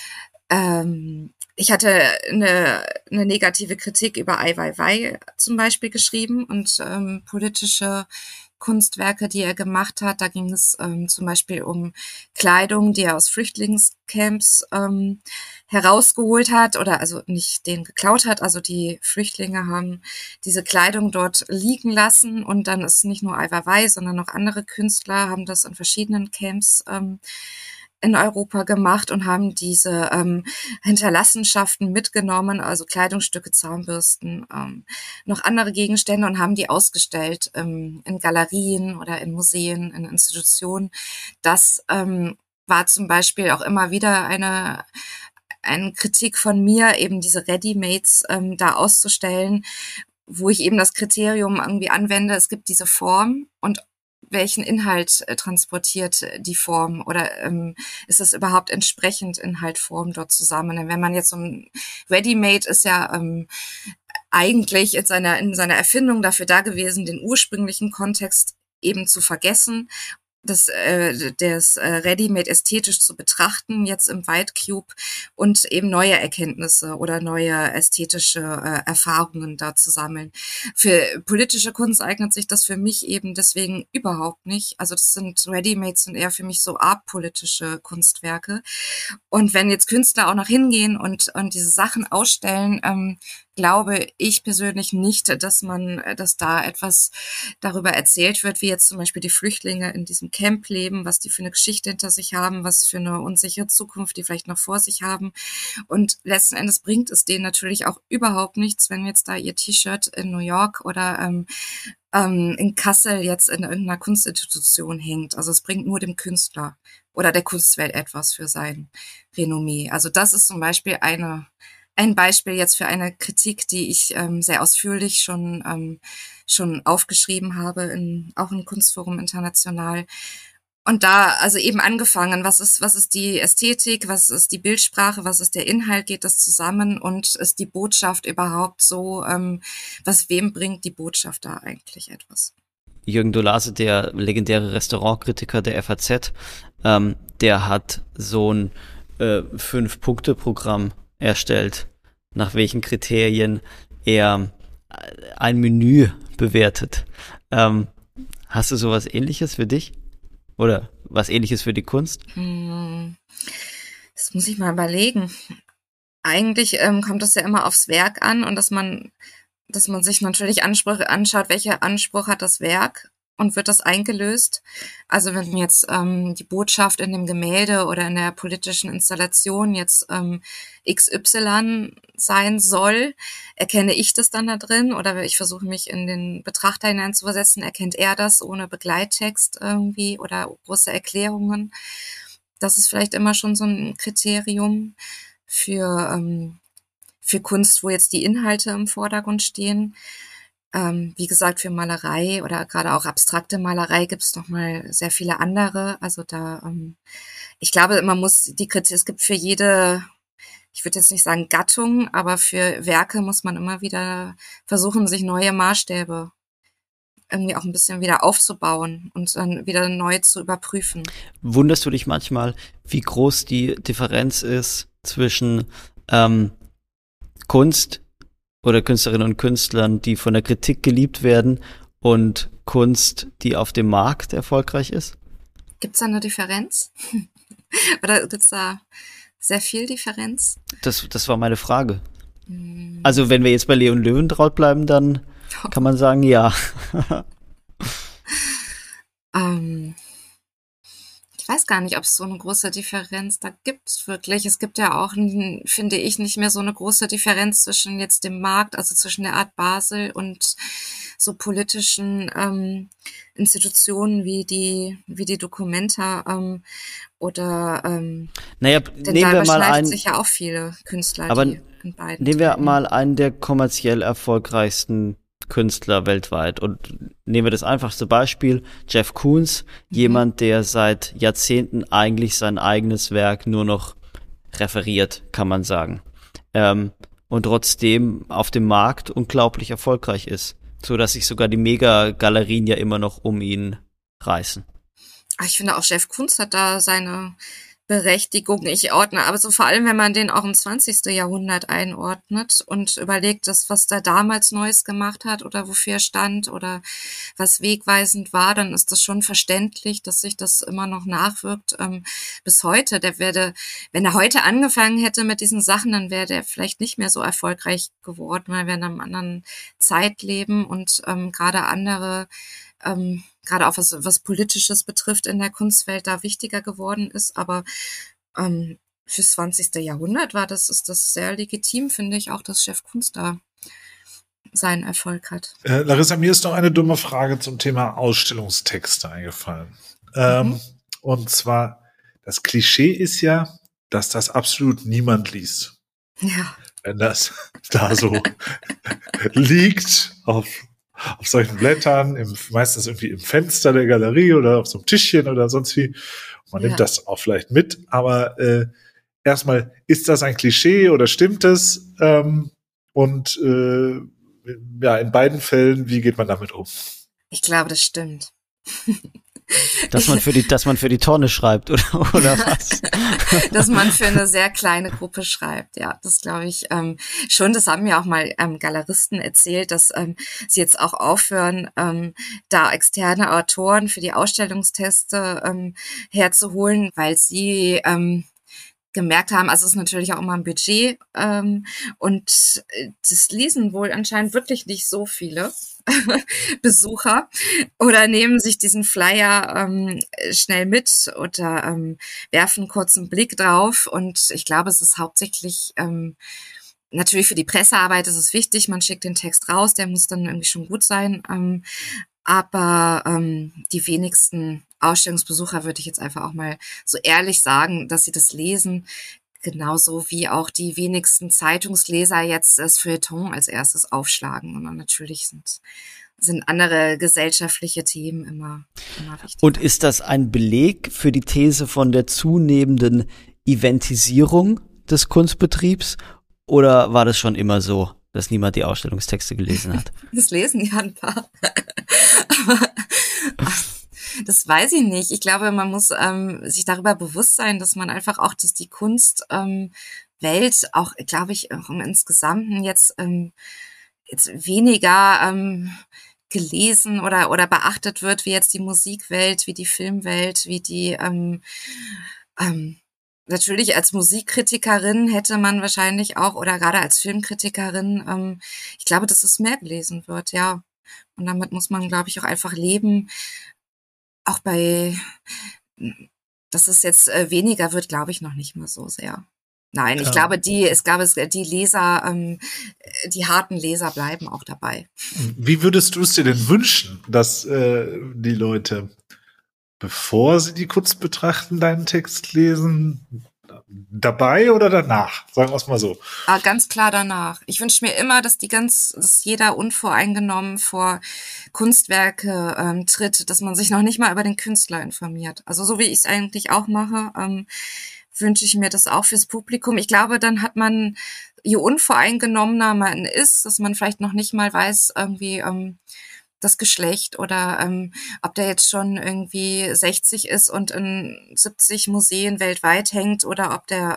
Ich hatte eine negative Kritik über Ai Weiwei zum Beispiel geschrieben und politische Kunstwerke, die er gemacht hat. Da ging es zum Beispiel um Kleidung, die er aus Flüchtlingscamps herausgeholt hat oder also nicht den geklaut hat. Also die Flüchtlinge haben diese Kleidung dort liegen lassen und dann ist nicht nur Ai Weiwei, sondern auch andere Künstler haben das in verschiedenen Camps in Europa gemacht und haben diese Hinterlassenschaften mitgenommen, also Kleidungsstücke, Zahnbürsten, noch andere Gegenstände und haben die ausgestellt in Galerien oder in Museen, in Institutionen. Das war zum Beispiel auch immer wieder eine Kritik von mir, eben diese Readymates da auszustellen, wo ich eben das Kriterium irgendwie anwende, es gibt diese Form und welchen Inhalt transportiert die Form oder ist es überhaupt entsprechend Inhalt, Form dort zusammen? Denn wenn man jetzt so ein Ready-Made ist ja eigentlich in seiner Erfindung dafür da gewesen, den ursprünglichen Kontext eben zu vergessen, das Ready-Made ästhetisch zu betrachten, jetzt im White Cube und eben neue Erkenntnisse oder neue ästhetische Erfahrungen da zu sammeln. Für politische Kunst eignet sich das für mich eben deswegen überhaupt nicht. Also das Ready-Mades sind eher für mich so apolitische Kunstwerke. Und wenn jetzt Künstler auch noch hingehen und diese Sachen ausstellen, glaube ich persönlich nicht, dass da etwas darüber erzählt wird, wie jetzt zum Beispiel die Flüchtlinge in diesem Camp leben, was die für eine Geschichte hinter sich haben, was für eine unsichere Zukunft die vielleicht noch vor sich haben. Und letzten Endes bringt es denen natürlich auch überhaupt nichts, wenn jetzt da ihr T-Shirt in New York oder in Kassel jetzt in irgendeiner Kunstinstitution hängt. Also es bringt nur dem Künstler oder der Kunstwelt etwas für sein Renommee. Also das ist zum Beispiel ein Beispiel jetzt für eine Kritik, die ich sehr ausführlich schon aufgeschrieben habe, auch im Kunstforum International. Und da also eben angefangen, was ist die Ästhetik, was ist die Bildsprache, was ist der Inhalt, geht das zusammen und ist die Botschaft überhaupt so, wem bringt die Botschaft da eigentlich etwas? Jürgen Dolase, der legendäre Restaurantkritiker der FAZ, der hat so ein 5-Punkte-Programm erstellt, nach welchen Kriterien er ein Menü bewertet. Hast du sowas Ähnliches für dich? Oder was Ähnliches für die Kunst? Das muss ich mal überlegen. Eigentlich kommt das ja immer aufs Werk an und dass man sich natürlich anschaut, welcher Anspruch hat das Werk und wird das eingelöst. Also wenn jetzt die Botschaft in dem Gemälde oder in der politischen Installation jetzt XY sein soll, erkenne ich das dann da drin oder ich versuche mich in den Betrachter hineinzuversetzen, erkennt er das ohne Begleittext irgendwie oder große Erklärungen. Das ist vielleicht immer schon so ein Kriterium für Kunst, wo jetzt die Inhalte im Vordergrund stehen. Wie gesagt, für Malerei oder gerade auch abstrakte Malerei gibt es noch mal sehr viele andere. Also da, ich glaube, es gibt für jede, ich würde jetzt nicht sagen Gattung, aber für Werke muss man immer wieder versuchen, sich neue Maßstäbe irgendwie auch ein bisschen wieder aufzubauen und dann wieder neu zu überprüfen. Wunderst du dich manchmal, wie groß die Differenz ist zwischen Kunst oder Künstlerinnen und Künstlern, die von der Kritik geliebt werden und Kunst, die auf dem Markt erfolgreich ist? Gibt es da eine Differenz? Oder gibt es da sehr viel Differenz? Das war meine Frage. Also wenn wir jetzt bei Leon Löwentraut bleiben, dann kann man sagen, ja. Ich weiß gar nicht, ob es so eine große Differenz da gibt, wirklich. Es gibt ja auch, finde ich, nicht mehr so eine große Differenz zwischen jetzt dem Markt, also zwischen der Art Basel und so politischen Institutionen wie die Documenta oder naja, denn nehmen da wir mal überschneiden sich ja auch viele Künstler, aber die in beiden nehmen wir treten. mal einen der kommerziell erfolgreichsten Künstler weltweit und nehmen wir das einfachste Beispiel, Jeff Koons, jemand, der seit Jahrzehnten eigentlich sein eigenes Werk nur noch referiert, kann man sagen. Und trotzdem auf dem Markt unglaublich erfolgreich ist, so dass sich sogar die Mega-Galerien ja immer noch um ihn reißen. Ich finde auch Jeff Koons hat da seine Berechtigung. Ich ordne, aber so vor allem, wenn man den auch im 20. Jahrhundert einordnet und überlegt, was der damals Neues gemacht hat oder wofür er stand oder was wegweisend war, dann ist das schon verständlich, dass sich das immer noch nachwirkt bis heute. Wenn er heute angefangen hätte mit diesen Sachen, dann wäre der vielleicht nicht mehr so erfolgreich geworden, weil wir in einer anderen Zeit leben und gerade auch was Politisches betrifft in der Kunstwelt da wichtiger geworden ist. Aber fürs 20. Jahrhundert ist das sehr legitim, finde ich, auch, dass Jeff Koons da seinen Erfolg hat. Larissa, mir ist noch eine dumme Frage zum Thema Ausstellungstexte eingefallen. Und zwar, das Klischee ist ja, dass das absolut niemand liest. Ja. Wenn das da so liegt auf solchen Blättern, meistens irgendwie im Fenster der Galerie oder auf so einem Tischchen oder sonst wie. Man nimmt das auch vielleicht mit, aber erstmal, ist das ein Klischee oder stimmt es? Und in beiden Fällen, wie geht man damit um? Ich glaube, das stimmt. Dass man für die Tonne schreibt, oder was? Dass man für eine sehr kleine Gruppe schreibt, ja, das glaube ich schon. Das haben mir auch mal Galeristen erzählt, dass sie jetzt auch aufhören, da externe Autoren für die Ausstellungstexte herzuholen, weil sie gemerkt haben, also es ist natürlich auch immer ein Budget und das lesen wohl anscheinend wirklich nicht so viele Besucher oder nehmen sich diesen Flyer schnell mit oder werfen kurz einen Blick drauf und ich glaube, es ist hauptsächlich natürlich für die Pressearbeit ist es wichtig, man schickt den Text raus, der muss dann irgendwie schon gut sein, aber die wenigsten Ausstellungsbesucher, würde ich jetzt einfach auch mal so ehrlich sagen, dass sie das lesen, genauso wie auch die wenigsten Zeitungsleser jetzt das Feuilleton als erstes aufschlagen. Und dann natürlich sind andere gesellschaftliche Themen immer wichtig. Und ist das ein Beleg für die These von der zunehmenden Eventisierung des Kunstbetriebs? Oder war das schon immer so, dass niemand die Ausstellungstexte gelesen hat? Das lesen ja ein paar. Aber das weiß ich nicht. Ich glaube, man muss sich darüber bewusst sein, dass man einfach auch, dass die Kunstwelt auch, glaube ich, auch im Insgesamten jetzt weniger gelesen oder beachtet wird, wie jetzt die Musikwelt, wie die Filmwelt, wie die natürlich als Musikkritikerin hätte man wahrscheinlich auch, oder gerade als Filmkritikerin, ich glaube, dass es mehr gelesen wird, ja. Und damit muss man, glaube ich, auch einfach leben. Auch dass es jetzt weniger wird, glaube ich noch nicht mal so sehr. Nein, ich glaube, die Leser, die harten Leser bleiben auch dabei. Wie würdest du es dir denn wünschen, dass die Leute, bevor sie die Kunst betrachten, deinen Text lesen, dabei oder danach? Sagen wir es mal so. Ganz klar danach. Ich wünsche mir immer, dass jeder unvoreingenommen vor Kunstwerke tritt, dass man sich noch nicht mal über den Künstler informiert. Also so wie ich es eigentlich auch mache, wünsche ich mir das auch fürs Publikum. Ich glaube, dann hat man, je unvoreingenommener man ist, dass man vielleicht noch nicht mal weiß, irgendwie das Geschlecht oder ob der jetzt schon irgendwie 60 ist und in 70 Museen weltweit hängt oder ob der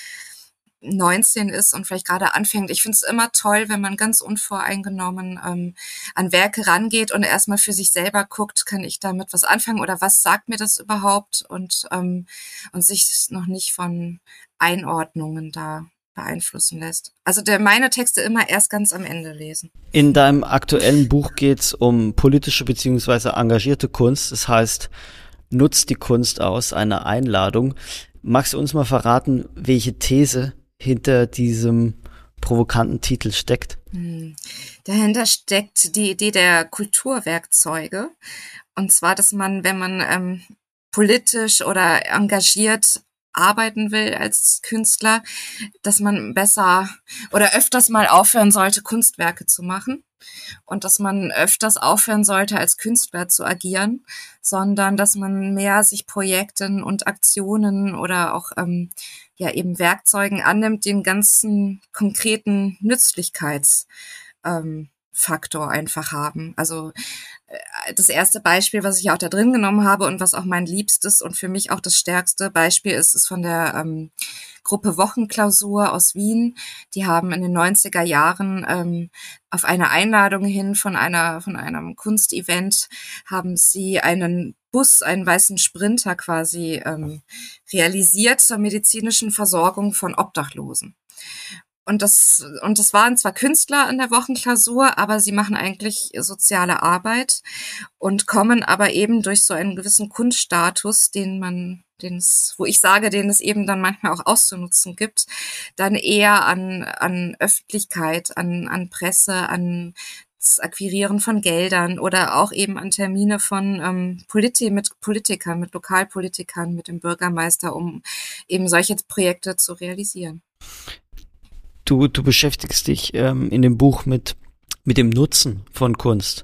19 ist und vielleicht gerade anfängt. Ich finde es immer toll, wenn man ganz unvoreingenommen an Werke rangeht und erstmal für sich selber guckt, kann ich damit was anfangen oder was sagt mir das überhaupt und sich noch nicht von Einordnungen da beeinflussen lässt. Also meine Texte immer erst ganz am Ende lesen. In deinem aktuellen Buch geht's um politische bzw. engagierte Kunst. Das heißt, nutzt die Kunst aus, eine Einladung. Magst du uns mal verraten, welche These hinter diesem provokanten Titel steckt? Dahinter steckt die Idee der Kulturwerkzeuge. Und zwar, dass man, wenn man politisch oder engagiert arbeiten will als Künstler, dass man besser oder öfters mal aufhören sollte, Kunstwerke zu machen. Und dass man öfters aufhören sollte, als Künstler zu agieren, sondern dass man mehr sich Projekten und Aktionen oder auch eben Werkzeugen annimmt, die einen ganzen konkreten Nützlichkeitsfaktor einfach haben. Also das erste Beispiel, was ich auch da drin genommen habe und was auch mein liebstes und für mich auch das stärkste Beispiel ist von der Gruppe Wochenklausur aus Wien. Die haben in den 90er Jahren auf eine Einladung hin von einem Kunstevent haben sie einen Bus, einen weißen Sprinter quasi realisiert zur medizinischen Versorgung von Obdachlosen. Und das waren zwar Künstler in der Wochenklausur, aber sie machen eigentlich soziale Arbeit und kommen aber eben durch so einen gewissen Kunststatus, den es eben dann manchmal auch auszunutzen gibt, dann eher an Öffentlichkeit, an Presse, an das Akquirieren von Geldern oder auch eben an Termine von mit Politikern, mit Lokalpolitikern, mit dem Bürgermeister, um eben solche Projekte zu realisieren. Du beschäftigst dich in dem Buch mit dem Nutzen von Kunst.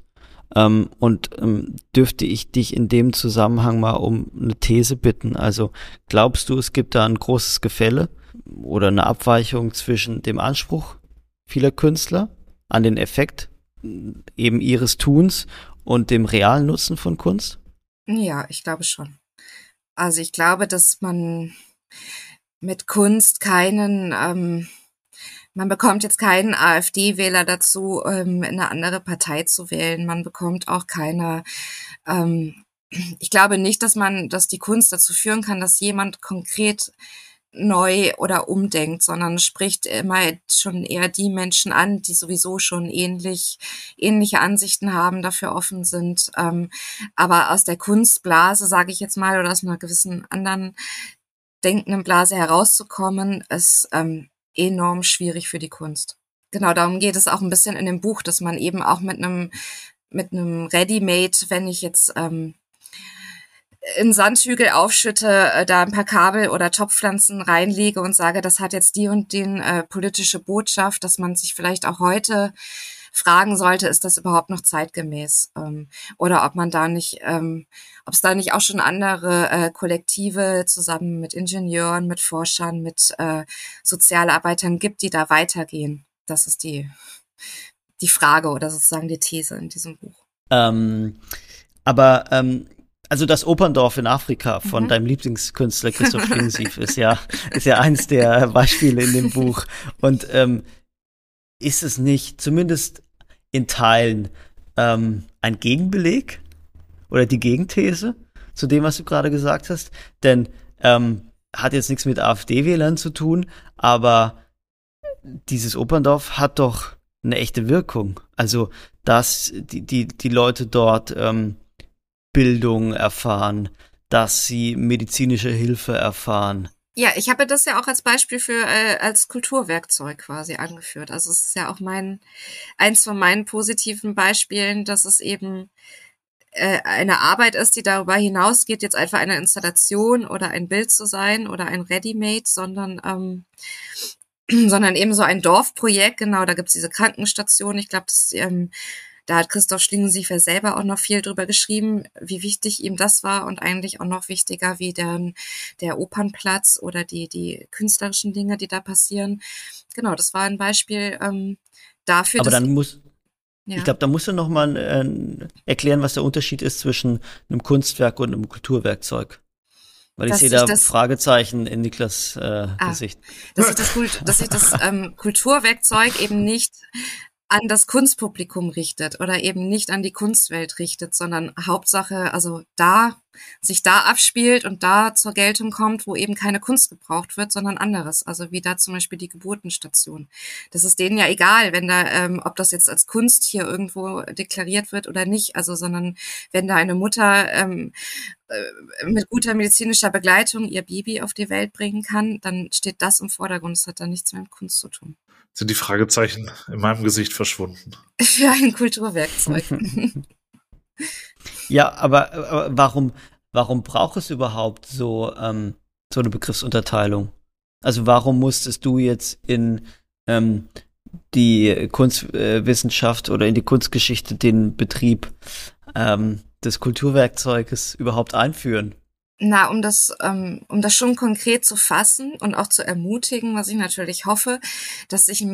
Dürfte ich dich in dem Zusammenhang mal um eine These bitten? Also glaubst du, es gibt da ein großes Gefälle oder eine Abweichung zwischen dem Anspruch vieler Künstler an den Effekt eben ihres Tuns und dem realen Nutzen von Kunst? Ja, ich glaube schon. Also ich glaube, dass man mit Kunst man bekommt jetzt keinen AfD-Wähler dazu, eine andere Partei zu wählen. Man bekommt auch ich glaube nicht, dass die Kunst dazu führen kann, dass jemand konkret neu oder umdenkt, sondern spricht immer schon eher die Menschen an, die sowieso schon ähnliche Ansichten haben, dafür offen sind. Aber aus der Kunstblase, sage ich jetzt mal, oder aus einer gewissen anderen denkenden Blase herauszukommen, ist enorm schwierig für die Kunst. Genau, darum geht es auch ein bisschen in dem Buch, dass man eben auch mit einem Ready-Made, wenn ich jetzt einen Sandhügel aufschütte, da ein paar Kabel oder Topfpflanzen reinlege und sage, das hat jetzt die und den politische Botschaft, dass man sich vielleicht auch heute fragen sollte, ist das überhaupt noch zeitgemäß? Oder ob es da nicht auch schon andere Kollektive zusammen mit Ingenieuren, mit Forschern, mit Sozialarbeitern gibt, die da weitergehen. Das ist die Frage oder sozusagen die These in diesem Buch. Also das Operndorf in Afrika von deinem Lieblingskünstler Christoph Schlingensief ist ja eins der Beispiele in dem Buch. Und ist es nicht zumindest in Teilen ein Gegenbeleg oder die Gegenthese zu dem, was du gerade gesagt hast? Denn hat jetzt nichts mit AfD-Wählern zu tun, aber dieses Operndorf hat doch eine echte Wirkung. Also, dass die Leute dort Bildung erfahren, dass sie medizinische Hilfe erfahren. Ja, ich habe das ja auch als Beispiel als Kulturwerkzeug quasi angeführt. Also es ist ja auch eins von meinen positiven Beispielen, dass es eben eine Arbeit ist, die darüber hinausgeht, jetzt einfach eine Installation oder ein Bild zu sein oder ein Ready-Made, sondern eben so ein Dorfprojekt. Genau, da gibt's diese Krankenstation. Ich glaube, da hat Christoph Schlingensief ja selber auch noch viel drüber geschrieben, wie wichtig ihm das war und eigentlich auch noch wichtiger wie der Opernplatz oder die künstlerischen Dinge, die da passieren. Genau, das war ein Beispiel dafür. Aber ich glaube, da musst du noch mal erklären, was der Unterschied ist zwischen einem Kunstwerk und einem Kulturwerkzeug. Weil ich sehe da Fragezeichen in Niklas Gesicht. Dass sich das Kulturwerkzeug eben nicht an das Kunstpublikum richtet oder eben nicht an die Kunstwelt richtet, sondern Hauptsache, also sich da abspielt und da zur Geltung kommt, wo eben keine Kunst gebraucht wird, sondern anderes. Also wie da zum Beispiel die Geburtenstation. Das ist denen ja egal, wenn da, ob das jetzt als Kunst hier irgendwo deklariert wird oder nicht, also sondern wenn da eine Mutter mit guter medizinischer Begleitung ihr Baby auf die Welt bringen kann, dann steht das im Vordergrund. Das hat dann nichts mehr mit Kunst zu tun. Sind die Fragezeichen in meinem Gesicht verschwunden? Für ein Kulturwerkzeug. Ja, aber warum braucht es überhaupt so so eine Begriffsunterteilung? Also warum musstest du jetzt in die Kunstwissenschaft oder in die Kunstgeschichte den Betrieb des Kulturwerkzeuges überhaupt einführen? Na, um das schon konkret zu fassen und auch zu ermutigen, was ich natürlich hoffe, dass sich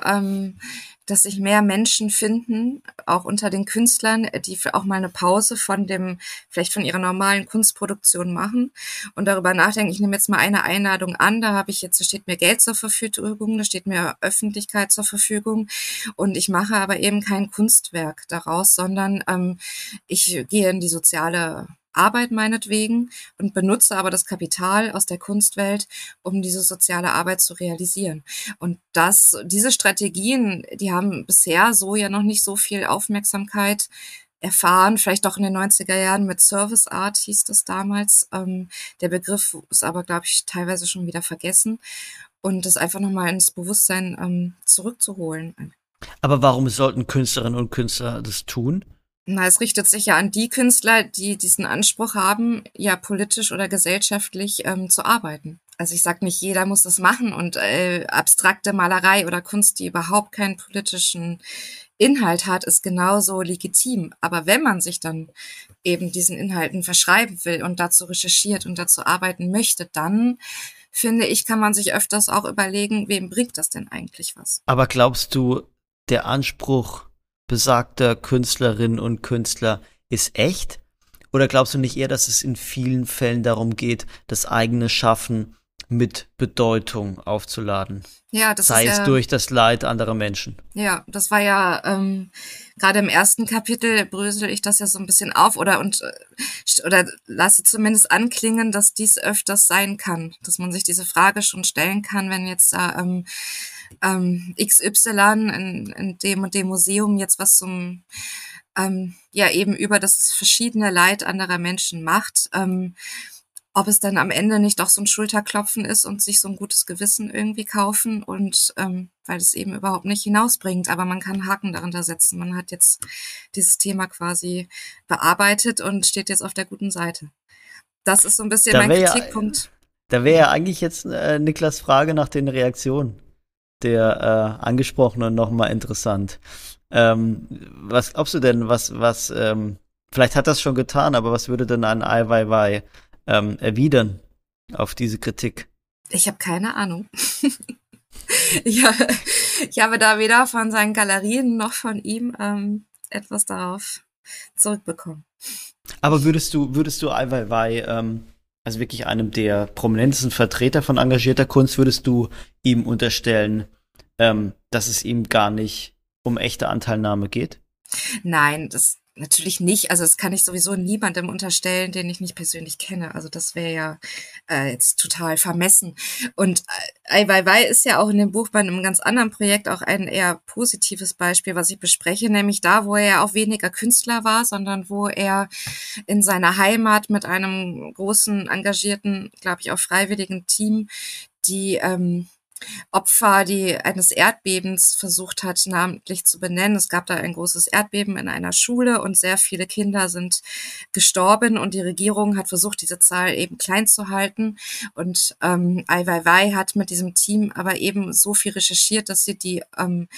dass sich mehr Menschen finden, auch unter den Künstlern, die auch mal eine Pause vielleicht von ihrer normalen Kunstproduktion machen und darüber nachdenken, ich nehme jetzt mal eine Einladung an, da steht mir Geld zur Verfügung, da steht mir Öffentlichkeit zur Verfügung und ich mache aber eben kein Kunstwerk daraus, sondern ich gehe in die soziale Arbeit meinetwegen und benutze aber das Kapital aus der Kunstwelt, um diese soziale Arbeit zu realisieren. Und diese Strategien, die haben bisher so ja noch nicht so viel Aufmerksamkeit erfahren, vielleicht auch in den 90er Jahren mit Service Art hieß das damals. Der Begriff ist aber, glaube ich, teilweise schon wieder vergessen. Und das einfach nochmal ins Bewusstsein zurückzuholen. Aber warum sollten Künstlerinnen und Künstler das tun? Na, es richtet sich ja an die Künstler, die diesen Anspruch haben, ja politisch oder gesellschaftlich zu arbeiten. Also ich sag nicht, jeder muss das machen und abstrakte Malerei oder Kunst, die überhaupt keinen politischen Inhalt hat, ist genauso legitim. Aber wenn man sich dann eben diesen Inhalten verschreiben will und dazu recherchiert und dazu arbeiten möchte, dann finde ich, kann man sich öfters auch überlegen, wem bringt das denn eigentlich was? Aber glaubst du, der Anspruch besagter Künstlerinnen und Künstler ist echt? Oder glaubst du nicht eher, dass es in vielen Fällen darum geht, das eigene Schaffen mit Bedeutung aufzuladen? Ja, sei es durch das Leid anderer Menschen. Ja, das war ja gerade im ersten Kapitel brösel ich das ja so ein bisschen auf oder lasse zumindest anklingen, dass dies öfters sein kann, dass man sich diese Frage schon stellen kann, wenn jetzt da XY in dem und dem Museum jetzt was zum ja eben über das verschiedene Leid anderer Menschen macht, ob es dann am Ende nicht doch so ein Schulterklopfen ist und sich so ein gutes Gewissen irgendwie kaufen und weil es eben überhaupt nicht hinausbringt, aber man kann Haken dahinter setzen. Man hat jetzt dieses Thema quasi bearbeitet und steht jetzt auf der guten Seite. Das ist so ein bisschen mein Kritikpunkt. Da wäre ja eigentlich jetzt Niklas' Frage nach den Reaktionen der Angesprochenen nochmal interessant. Was glaubst du denn, vielleicht hat das schon getan, aber was würde denn ein Ai Weiwei erwidern auf diese Kritik? Ich habe keine Ahnung. Ja, ich habe da weder von seinen Galerien noch von ihm etwas darauf zurückbekommen. Aber würdest du Ai Weiwei, also wirklich einem der prominentesten Vertreter von engagierter Kunst, würdest du ihm unterstellen, dass es ihm gar nicht um echte Anteilnahme geht? Nein, das natürlich nicht. Also das kann ich sowieso niemandem unterstellen, den ich nicht persönlich kenne. Also das wäre ja jetzt total vermessen. Und Ai Weiwei ist ja auch in dem Buch bei einem ganz anderen Projekt auch ein eher positives Beispiel, was ich bespreche, nämlich da, wo er ja auch weniger Künstler war, sondern wo er in seiner Heimat mit einem großen, engagierten, glaube ich, auch freiwilligen Team, die Opfer, eines Erdbebens versucht hat, namentlich zu benennen. Es gab da ein großes Erdbeben in einer Schule und sehr viele Kinder sind gestorben und die Regierung hat versucht, diese Zahl eben klein zu halten. Und Ai Weiwei hat mit diesem Team aber eben so viel recherchiert, dass sie die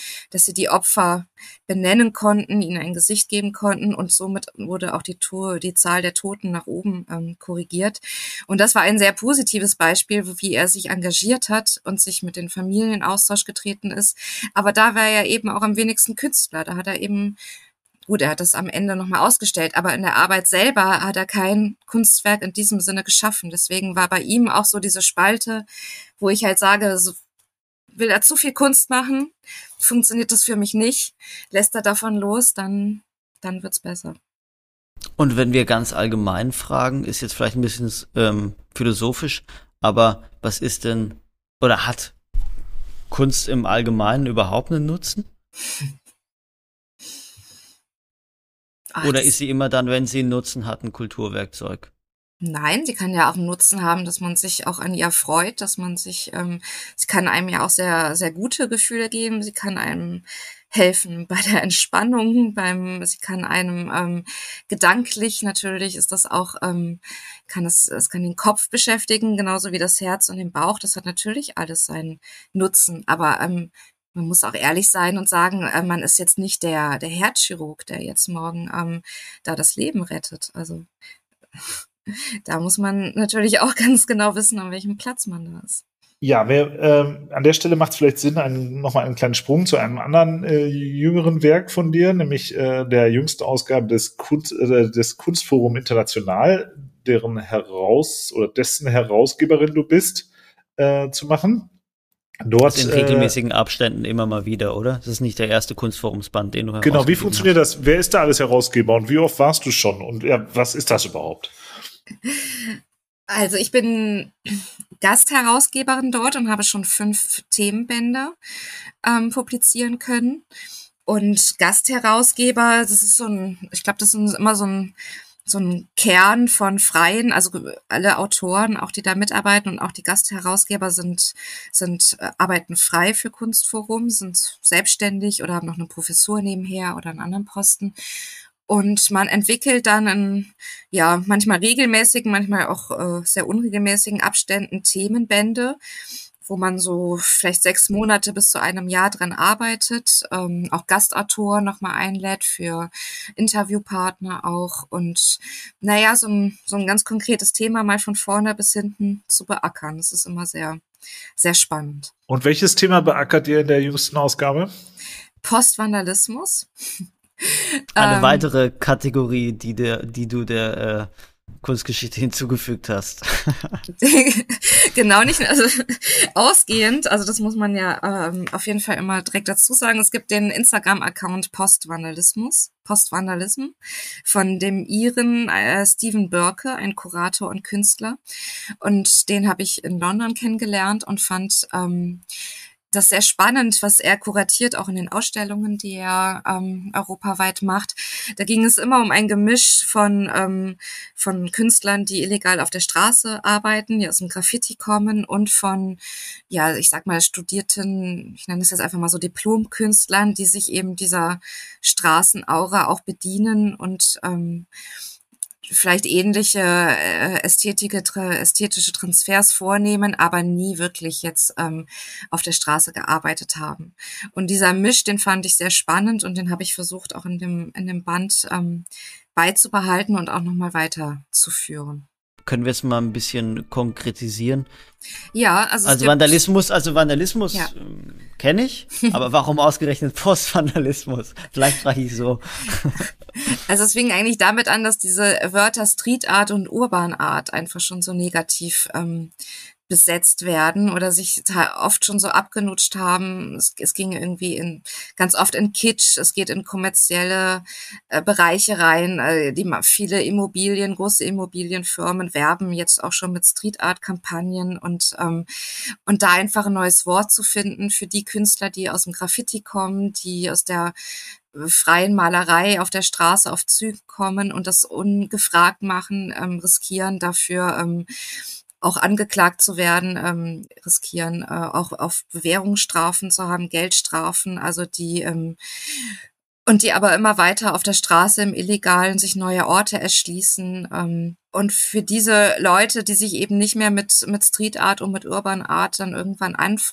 Opfer benennen konnten, ihnen ein Gesicht geben konnten und somit wurde auch die Zahl der Toten nach oben korrigiert. Und das war ein sehr positives Beispiel, wie er sich engagiert hat und sich mit den Familien in Austausch getreten ist. Aber da war er eben auch am wenigsten Künstler. Da hat er eben, gut, er hat das am Ende nochmal ausgestellt, aber in der Arbeit selber hat er kein Kunstwerk in diesem Sinne geschaffen. Deswegen war bei ihm auch so diese Spalte, wo ich halt sage, so, will er zu viel Kunst machen, funktioniert das für mich nicht, lässt er davon los, dann wird's besser. Und wenn wir ganz allgemein fragen, ist jetzt vielleicht ein bisschen philosophisch, aber was ist denn, oder hat Kunst im Allgemeinen überhaupt einen Nutzen? Oder ist sie immer dann, wenn sie einen Nutzen hat, ein Kulturwerkzeug? Nein, sie kann ja auch einen Nutzen haben, dass man sich auch an ihr freut, dass man sich, sie kann einem ja auch sehr, sehr gute Gefühle geben, sie kann einem helfen bei der Entspannung, sie kann einem gedanklich natürlich ist das auch, es kann den Kopf beschäftigen, genauso wie das Herz und den Bauch. Das hat natürlich alles seinen Nutzen, aber man muss auch ehrlich sein und sagen, man ist jetzt nicht der Herzchirurg, der jetzt morgen da das Leben rettet. Also da muss man natürlich auch ganz genau wissen, an welchem Platz man da ist. Ja, an der Stelle macht es vielleicht Sinn, nochmal einen kleinen Sprung zu einem anderen jüngeren Werk von dir, nämlich der jüngsten Ausgabe des Kunstforum International, dessen Herausgeberin du bist, zu machen. Dort in regelmäßigen Abständen immer mal wieder, oder? Das ist nicht der erste Kunstforumsband, den du herausgegeben Genau, wie funktioniert das? Wer ist da alles Herausgeber und wie oft warst du schon? Und ja, was ist das überhaupt? Also ich bin Gastherausgeberin dort und habe schon 5 Themenbände publizieren können. Und Gastherausgeber, das ist ich glaube, das ist immer so ein Kern von Freien, also alle Autoren, auch die da mitarbeiten und auch die Gastherausgeber arbeiten frei für Kunstforum, sind selbstständig oder haben noch eine Professur nebenher oder einen anderen Posten. Und man entwickelt dann in, manchmal regelmäßigen, manchmal auch sehr unregelmäßigen Abständen Themenbände, wo man so vielleicht 6 Monate bis zu einem Jahr dran arbeitet, auch Gastautoren nochmal einlädt für Interviewpartner auch und so ein ganz konkretes Thema mal von vorne bis hinten zu beackern. Das ist immer sehr, sehr spannend. Und welches Thema beackert ihr in der jüngsten Ausgabe? Postvandalismus. Eine weitere Kategorie, die du der Kunstgeschichte hinzugefügt hast. Genau, nicht, also ausgehend, also das muss man ja auf jeden Fall immer direkt dazu sagen. Es gibt den Instagram-Account Postvandalism von dem Iren Stephen Burke, ein Kurator und Künstler. Und den habe ich in London kennengelernt und fand das ist sehr spannend, was er kuratiert, auch in den Ausstellungen, die er europaweit macht. Da ging es immer um ein Gemisch von Künstlern, die illegal auf der Straße arbeiten, die aus dem Graffiti kommen und von, ich sag mal, studierten, ich nenne es jetzt einfach mal so Diplomkünstlern, die sich eben dieser Straßenaura auch bedienen und vielleicht ähnliche ästhetische Transfers vornehmen, aber nie wirklich jetzt auf der Straße gearbeitet haben. Und dieser Misch, den fand ich sehr spannend und den habe ich versucht auch in dem Band beizubehalten und auch nochmal weiterzuführen. Können wir es mal ein bisschen konkretisieren? Ja, also Vandalismus ja. Kenne ich, aber warum ausgerechnet Postvandalismus? Vielleicht frage ich so. Also es fing eigentlich damit an, dass diese Wörter Street Art und Urban Art einfach schon so negativ besetzt werden oder sich oft schon so abgenutscht haben. Es ging irgendwie ganz oft in Kitsch, es geht in kommerzielle Bereiche rein. Viele große Immobilienfirmen werben jetzt auch schon mit Street Art Kampagnen und da einfach ein neues Wort zu finden für die Künstler, die aus dem Graffiti kommen, die aus der freien Malerei auf der Straße auf Zügen kommen und das ungefragt machen, riskieren dafür auch angeklagt zu werden, riskieren auch auf Bewährungsstrafen zu haben, Geldstrafen, also die aber immer weiter auf der Straße im Illegalen sich neue Orte erschließen. Und für diese Leute, die sich eben nicht mehr mit Street Art und mit Urban Art dann irgendwann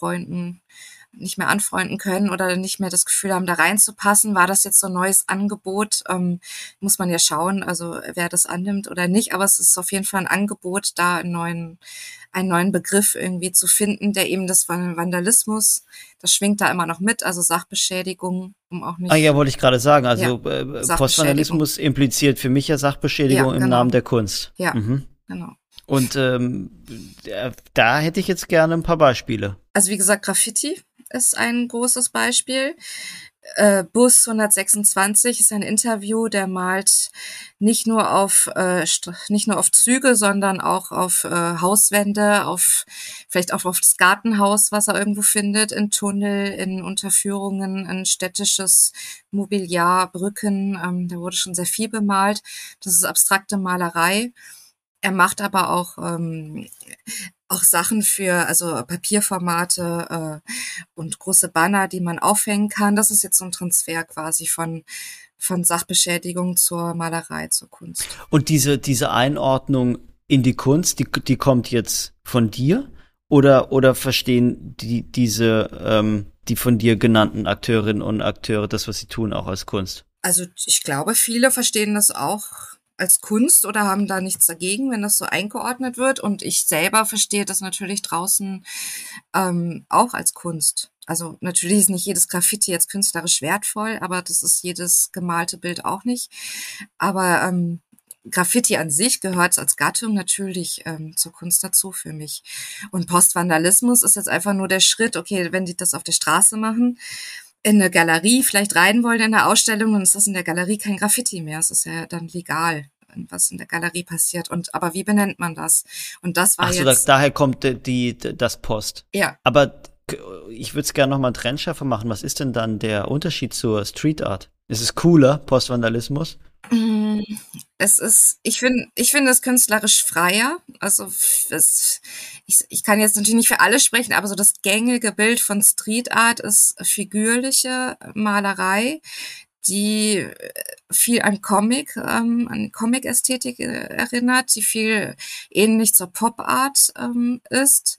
nicht mehr anfreunden können oder nicht mehr das Gefühl haben, da reinzupassen, war das jetzt so ein neues Angebot. Muss man ja schauen, also wer das annimmt oder nicht, aber es ist auf jeden Fall ein Angebot, da einen neuen Begriff irgendwie zu finden, der eben das Vandalismus, das schwingt da immer noch mit, also Sachbeschädigung, um auch nicht... ja, wollte ich gerade sagen, also Postvandalismus impliziert für mich ja Sachbeschädigung im Namen der Kunst. Ja, genau. Und da hätte ich jetzt gerne ein paar Beispiele. Also wie gesagt, Graffiti ist ein großes Beispiel. Bus 126 ist ein Interview, der malt nicht nur auf Züge, sondern auch auf Hauswände, vielleicht auch auf das Gartenhaus, was er irgendwo findet, in Tunnel, in Unterführungen, in städtisches Mobiliar, Brücken. Da wurde schon sehr viel bemalt. Das ist abstrakte Malerei. Er macht aber auch auch Sachen für, also Papierformate und große Banner, die man aufhängen kann. Das ist jetzt so ein Transfer quasi von Sachbeschädigung zur Malerei, zur Kunst. Und diese Einordnung in die Kunst, die kommt jetzt von dir? Oder verstehen die von dir genannten Akteurinnen und Akteure das, was sie tun, auch als Kunst? Also ich glaube, viele verstehen das auch als Kunst oder haben da nichts dagegen, wenn das so eingeordnet wird. Und ich selber verstehe das natürlich draußen auch als Kunst. Also natürlich ist nicht jedes Graffiti jetzt künstlerisch wertvoll, aber das ist jedes gemalte Bild auch nicht. Aber Graffiti an sich gehört als Gattung natürlich zur Kunst dazu für mich. Und Postvandalismus ist jetzt einfach nur der Schritt, okay, wenn die das auf der Straße machen, in eine Galerie vielleicht rein wollen in der Ausstellung, dann ist das in der Galerie kein Graffiti mehr. Es ist ja dann legal, was in der Galerie passiert. Aber wie benennt man das? Und das war jetzt... daher kommt das Post. Ja. Aber ich würde es gerne nochmal trennschärfer machen. Was ist denn dann der Unterschied zur Street Art? Ist es cooler, Postvandalismus? Ich finde es künstlerisch freier. Also ich kann jetzt natürlich nicht für alle sprechen, aber so das gängige Bild von Street Art ist figürliche Malerei, die viel an Comic-Ästhetik erinnert, die viel ähnlich zur Pop-Art ist.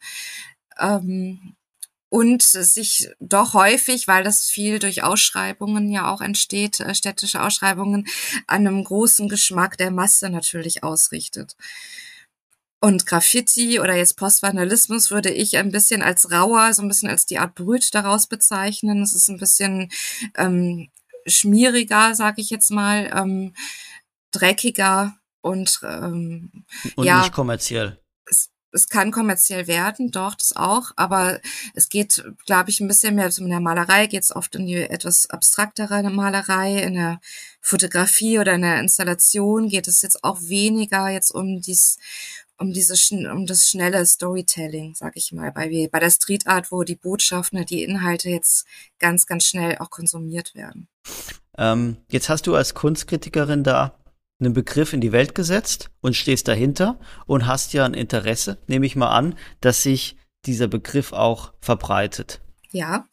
Und sich doch häufig, weil das viel durch Ausschreibungen ja auch entsteht, städtische Ausschreibungen, an einem großen Geschmack der Masse natürlich ausrichtet. Und Graffiti oder jetzt Postvandalismus würde ich ein bisschen als rauer, so ein bisschen als die Art Brut daraus bezeichnen. Es ist ein bisschen schmieriger, sag ich jetzt mal, dreckiger und nicht kommerziell. Es kann kommerziell werden, doch, das auch, aber es geht, glaube ich, ein bisschen mehr, also in der Malerei geht es oft in die etwas abstraktere Malerei, in der Fotografie oder in der Installation geht es jetzt auch weniger jetzt um das schnelle Storytelling, sag ich mal, bei der Street Art, wo die Botschaften, die Inhalte jetzt ganz, ganz schnell auch konsumiert werden. Jetzt hast du als Kunstkritikerin da einen Begriff in die Welt gesetzt und stehst dahinter und hast ja ein Interesse, nehme ich mal an, dass sich dieser Begriff auch verbreitet. Ja.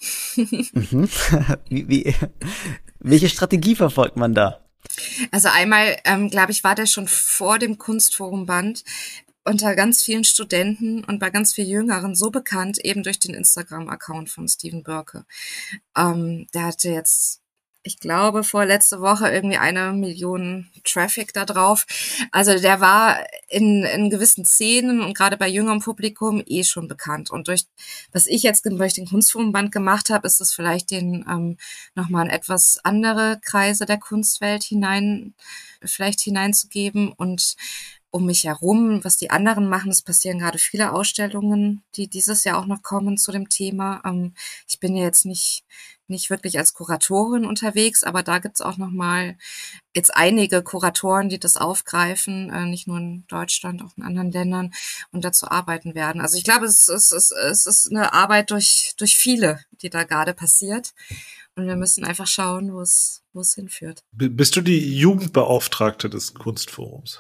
Welche Strategie verfolgt man da? Also einmal, glaube ich, war der schon vor dem Kunstforumband unter ganz vielen Studenten und bei ganz viel Jüngeren so bekannt, eben durch den Instagram-Account von Steven Boerke. Der hatte jetzt, ich glaube, vorletzte Woche irgendwie 1 Million Traffic da drauf. Also der war in gewissen Szenen und gerade bei jüngerem Publikum schon bekannt. Und was ich jetzt durch den Kunstforumband gemacht habe, ist es vielleicht nochmal in etwas andere Kreise der Kunstwelt hineinzugeben und um mich herum, was die anderen machen, es passieren gerade viele Ausstellungen, die dieses Jahr auch noch kommen zu dem Thema. Ich bin ja jetzt nicht wirklich als Kuratorin unterwegs, aber da gibt's auch noch mal jetzt einige Kuratoren, die das aufgreifen, nicht nur in Deutschland, auch in anderen Ländern und dazu arbeiten werden. Also ich glaube, es ist eine Arbeit durch viele, die da gerade passiert. Und wir müssen einfach schauen, wo es hinführt. Bist du die Jugendbeauftragte des Kunstforums?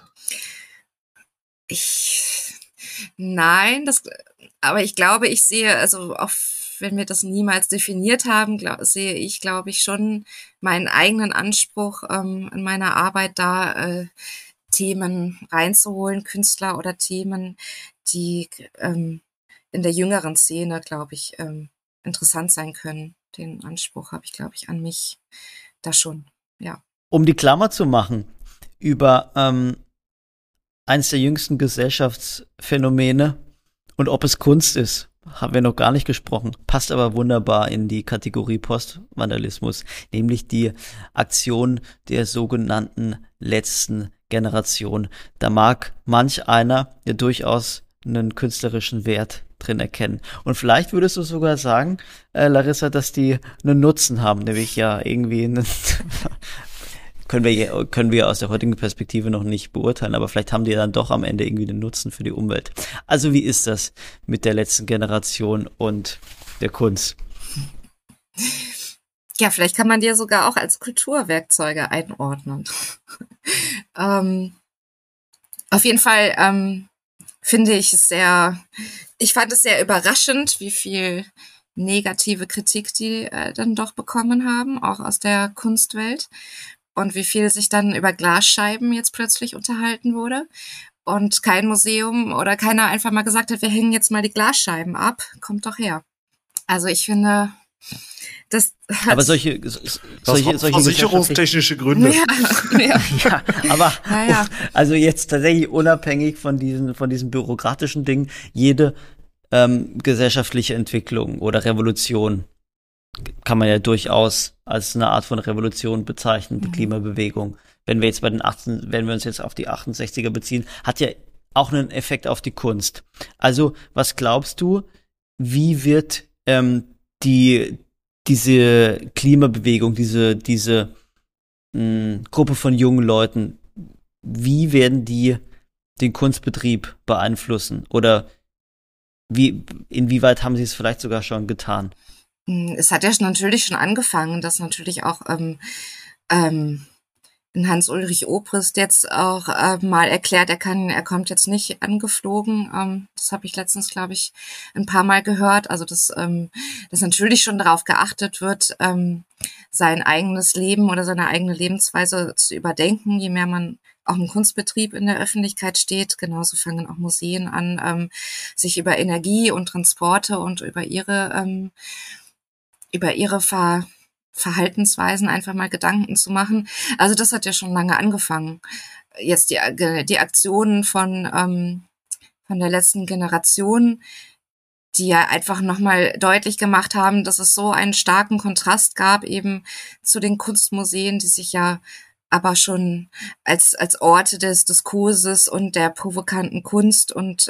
Nein, aber ich glaube, ich sehe, also auch wenn wir das niemals definiert haben, sehe ich, glaube ich, schon meinen eigenen Anspruch in meiner Arbeit da, Themen reinzuholen, Künstler oder Themen, die in der jüngeren Szene, glaube ich, interessant sein können. Den Anspruch habe ich, glaube ich, an mich da schon, ja. Um die Klammer zu machen über eins der jüngsten Gesellschaftsphänomene und ob es Kunst ist, haben wir noch gar nicht gesprochen, passt aber wunderbar in die Kategorie Postvandalismus, nämlich die Aktion der sogenannten letzten Generation. Da mag manch einer ja durchaus einen künstlerischen Wert drin erkennen. Und vielleicht würdest du sogar sagen, Larissa, dass die einen Nutzen haben, nämlich ja irgendwie einen können wir aus der heutigen Perspektive noch nicht beurteilen, aber vielleicht haben die dann doch am Ende irgendwie einen Nutzen für die Umwelt. Also wie ist das mit der letzten Generation und der Kunst? Ja, vielleicht kann man die ja sogar auch als Kulturwerkzeuge einordnen. Auf jeden Fall finde ich ich fand es sehr überraschend, wie viel negative Kritik die dann doch bekommen haben, auch aus der Kunstwelt. Und wie viel sich dann über Glasscheiben jetzt plötzlich unterhalten wurde. Und kein Museum oder keiner einfach mal gesagt hat, wir hängen jetzt mal die Glasscheiben ab. Kommt doch her. Also ich finde, das... Aber solche versicherungstechnische Gründe. Ja, aber also jetzt tatsächlich unabhängig von diesen bürokratischen Dingen, jede gesellschaftliche Entwicklung oder Revolution kann man ja durchaus als eine Art von Revolution bezeichnen, die Klimabewegung. Wenn wir uns jetzt auf die 68er beziehen, hat ja auch einen Effekt auf die Kunst. Also, was glaubst du, wie wird diese Klimabewegung, diese Gruppe von jungen Leuten, wie werden die den Kunstbetrieb beeinflussen? Oder inwieweit haben sie es vielleicht sogar schon getan? Es hat ja natürlich schon angefangen, dass natürlich auch Hans-Ulrich Obrist jetzt auch mal erklärt, er kommt jetzt nicht angeflogen. Das habe ich letztens, glaube ich, ein paar Mal gehört. Also dass natürlich schon darauf geachtet wird, sein eigenes Leben oder seine eigene Lebensweise zu überdenken, je mehr man auch im Kunstbetrieb in der Öffentlichkeit steht. Genauso fangen auch Museen an, sich über Energie und Transporte und über ihre Verhaltensweisen einfach mal Gedanken zu machen. Also das hat ja schon lange angefangen. Jetzt die Aktionen von der letzten Generation, die ja einfach nochmal deutlich gemacht haben, dass es so einen starken Kontrast gab eben zu den Kunstmuseen, die sich ja aber schon als Orte des Diskurses und der provokanten Kunst und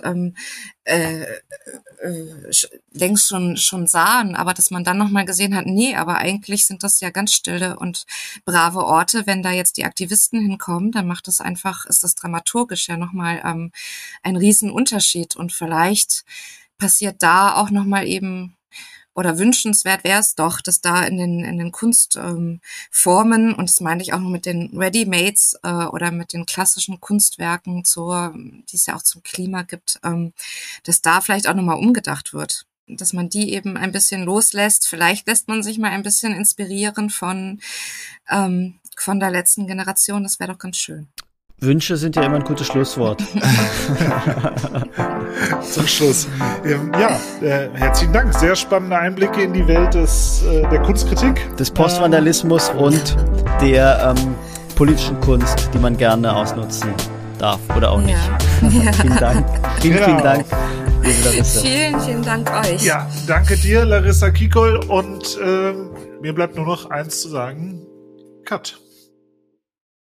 längst schon sahen, aber dass man dann nochmal gesehen hat, nee, aber eigentlich sind das ja ganz stille und brave Orte. Wenn da jetzt die Aktivisten hinkommen, dann ist das dramaturgisch ja nochmal ein Riesenunterschied und vielleicht passiert da auch nochmal eben, oder wünschenswert wäre es doch, dass da in den Kunstformen, und das meine ich auch noch mit den Ready-Mades oder mit den klassischen Kunstwerken, die es ja auch zum Klima gibt, dass da vielleicht auch nochmal umgedacht wird. Dass man die eben ein bisschen loslässt. Vielleicht lässt man sich mal ein bisschen inspirieren von der letzten Generation. Das wäre doch ganz schön. Wünsche sind ja immer ein gutes Schlusswort. Zum Schluss. Herzlichen Dank. Sehr spannende Einblicke in die Welt der Kunstkritik. Des Postvandalismus und der politischen Kunst, die man gerne ausnutzen darf oder auch nicht. Ja. Vielen Dank. Vielen Dank, liebe Larissa. Vielen Dank euch. Ja, danke dir, Larissa Kiecoll. Und mir bleibt nur noch eins zu sagen. Cut.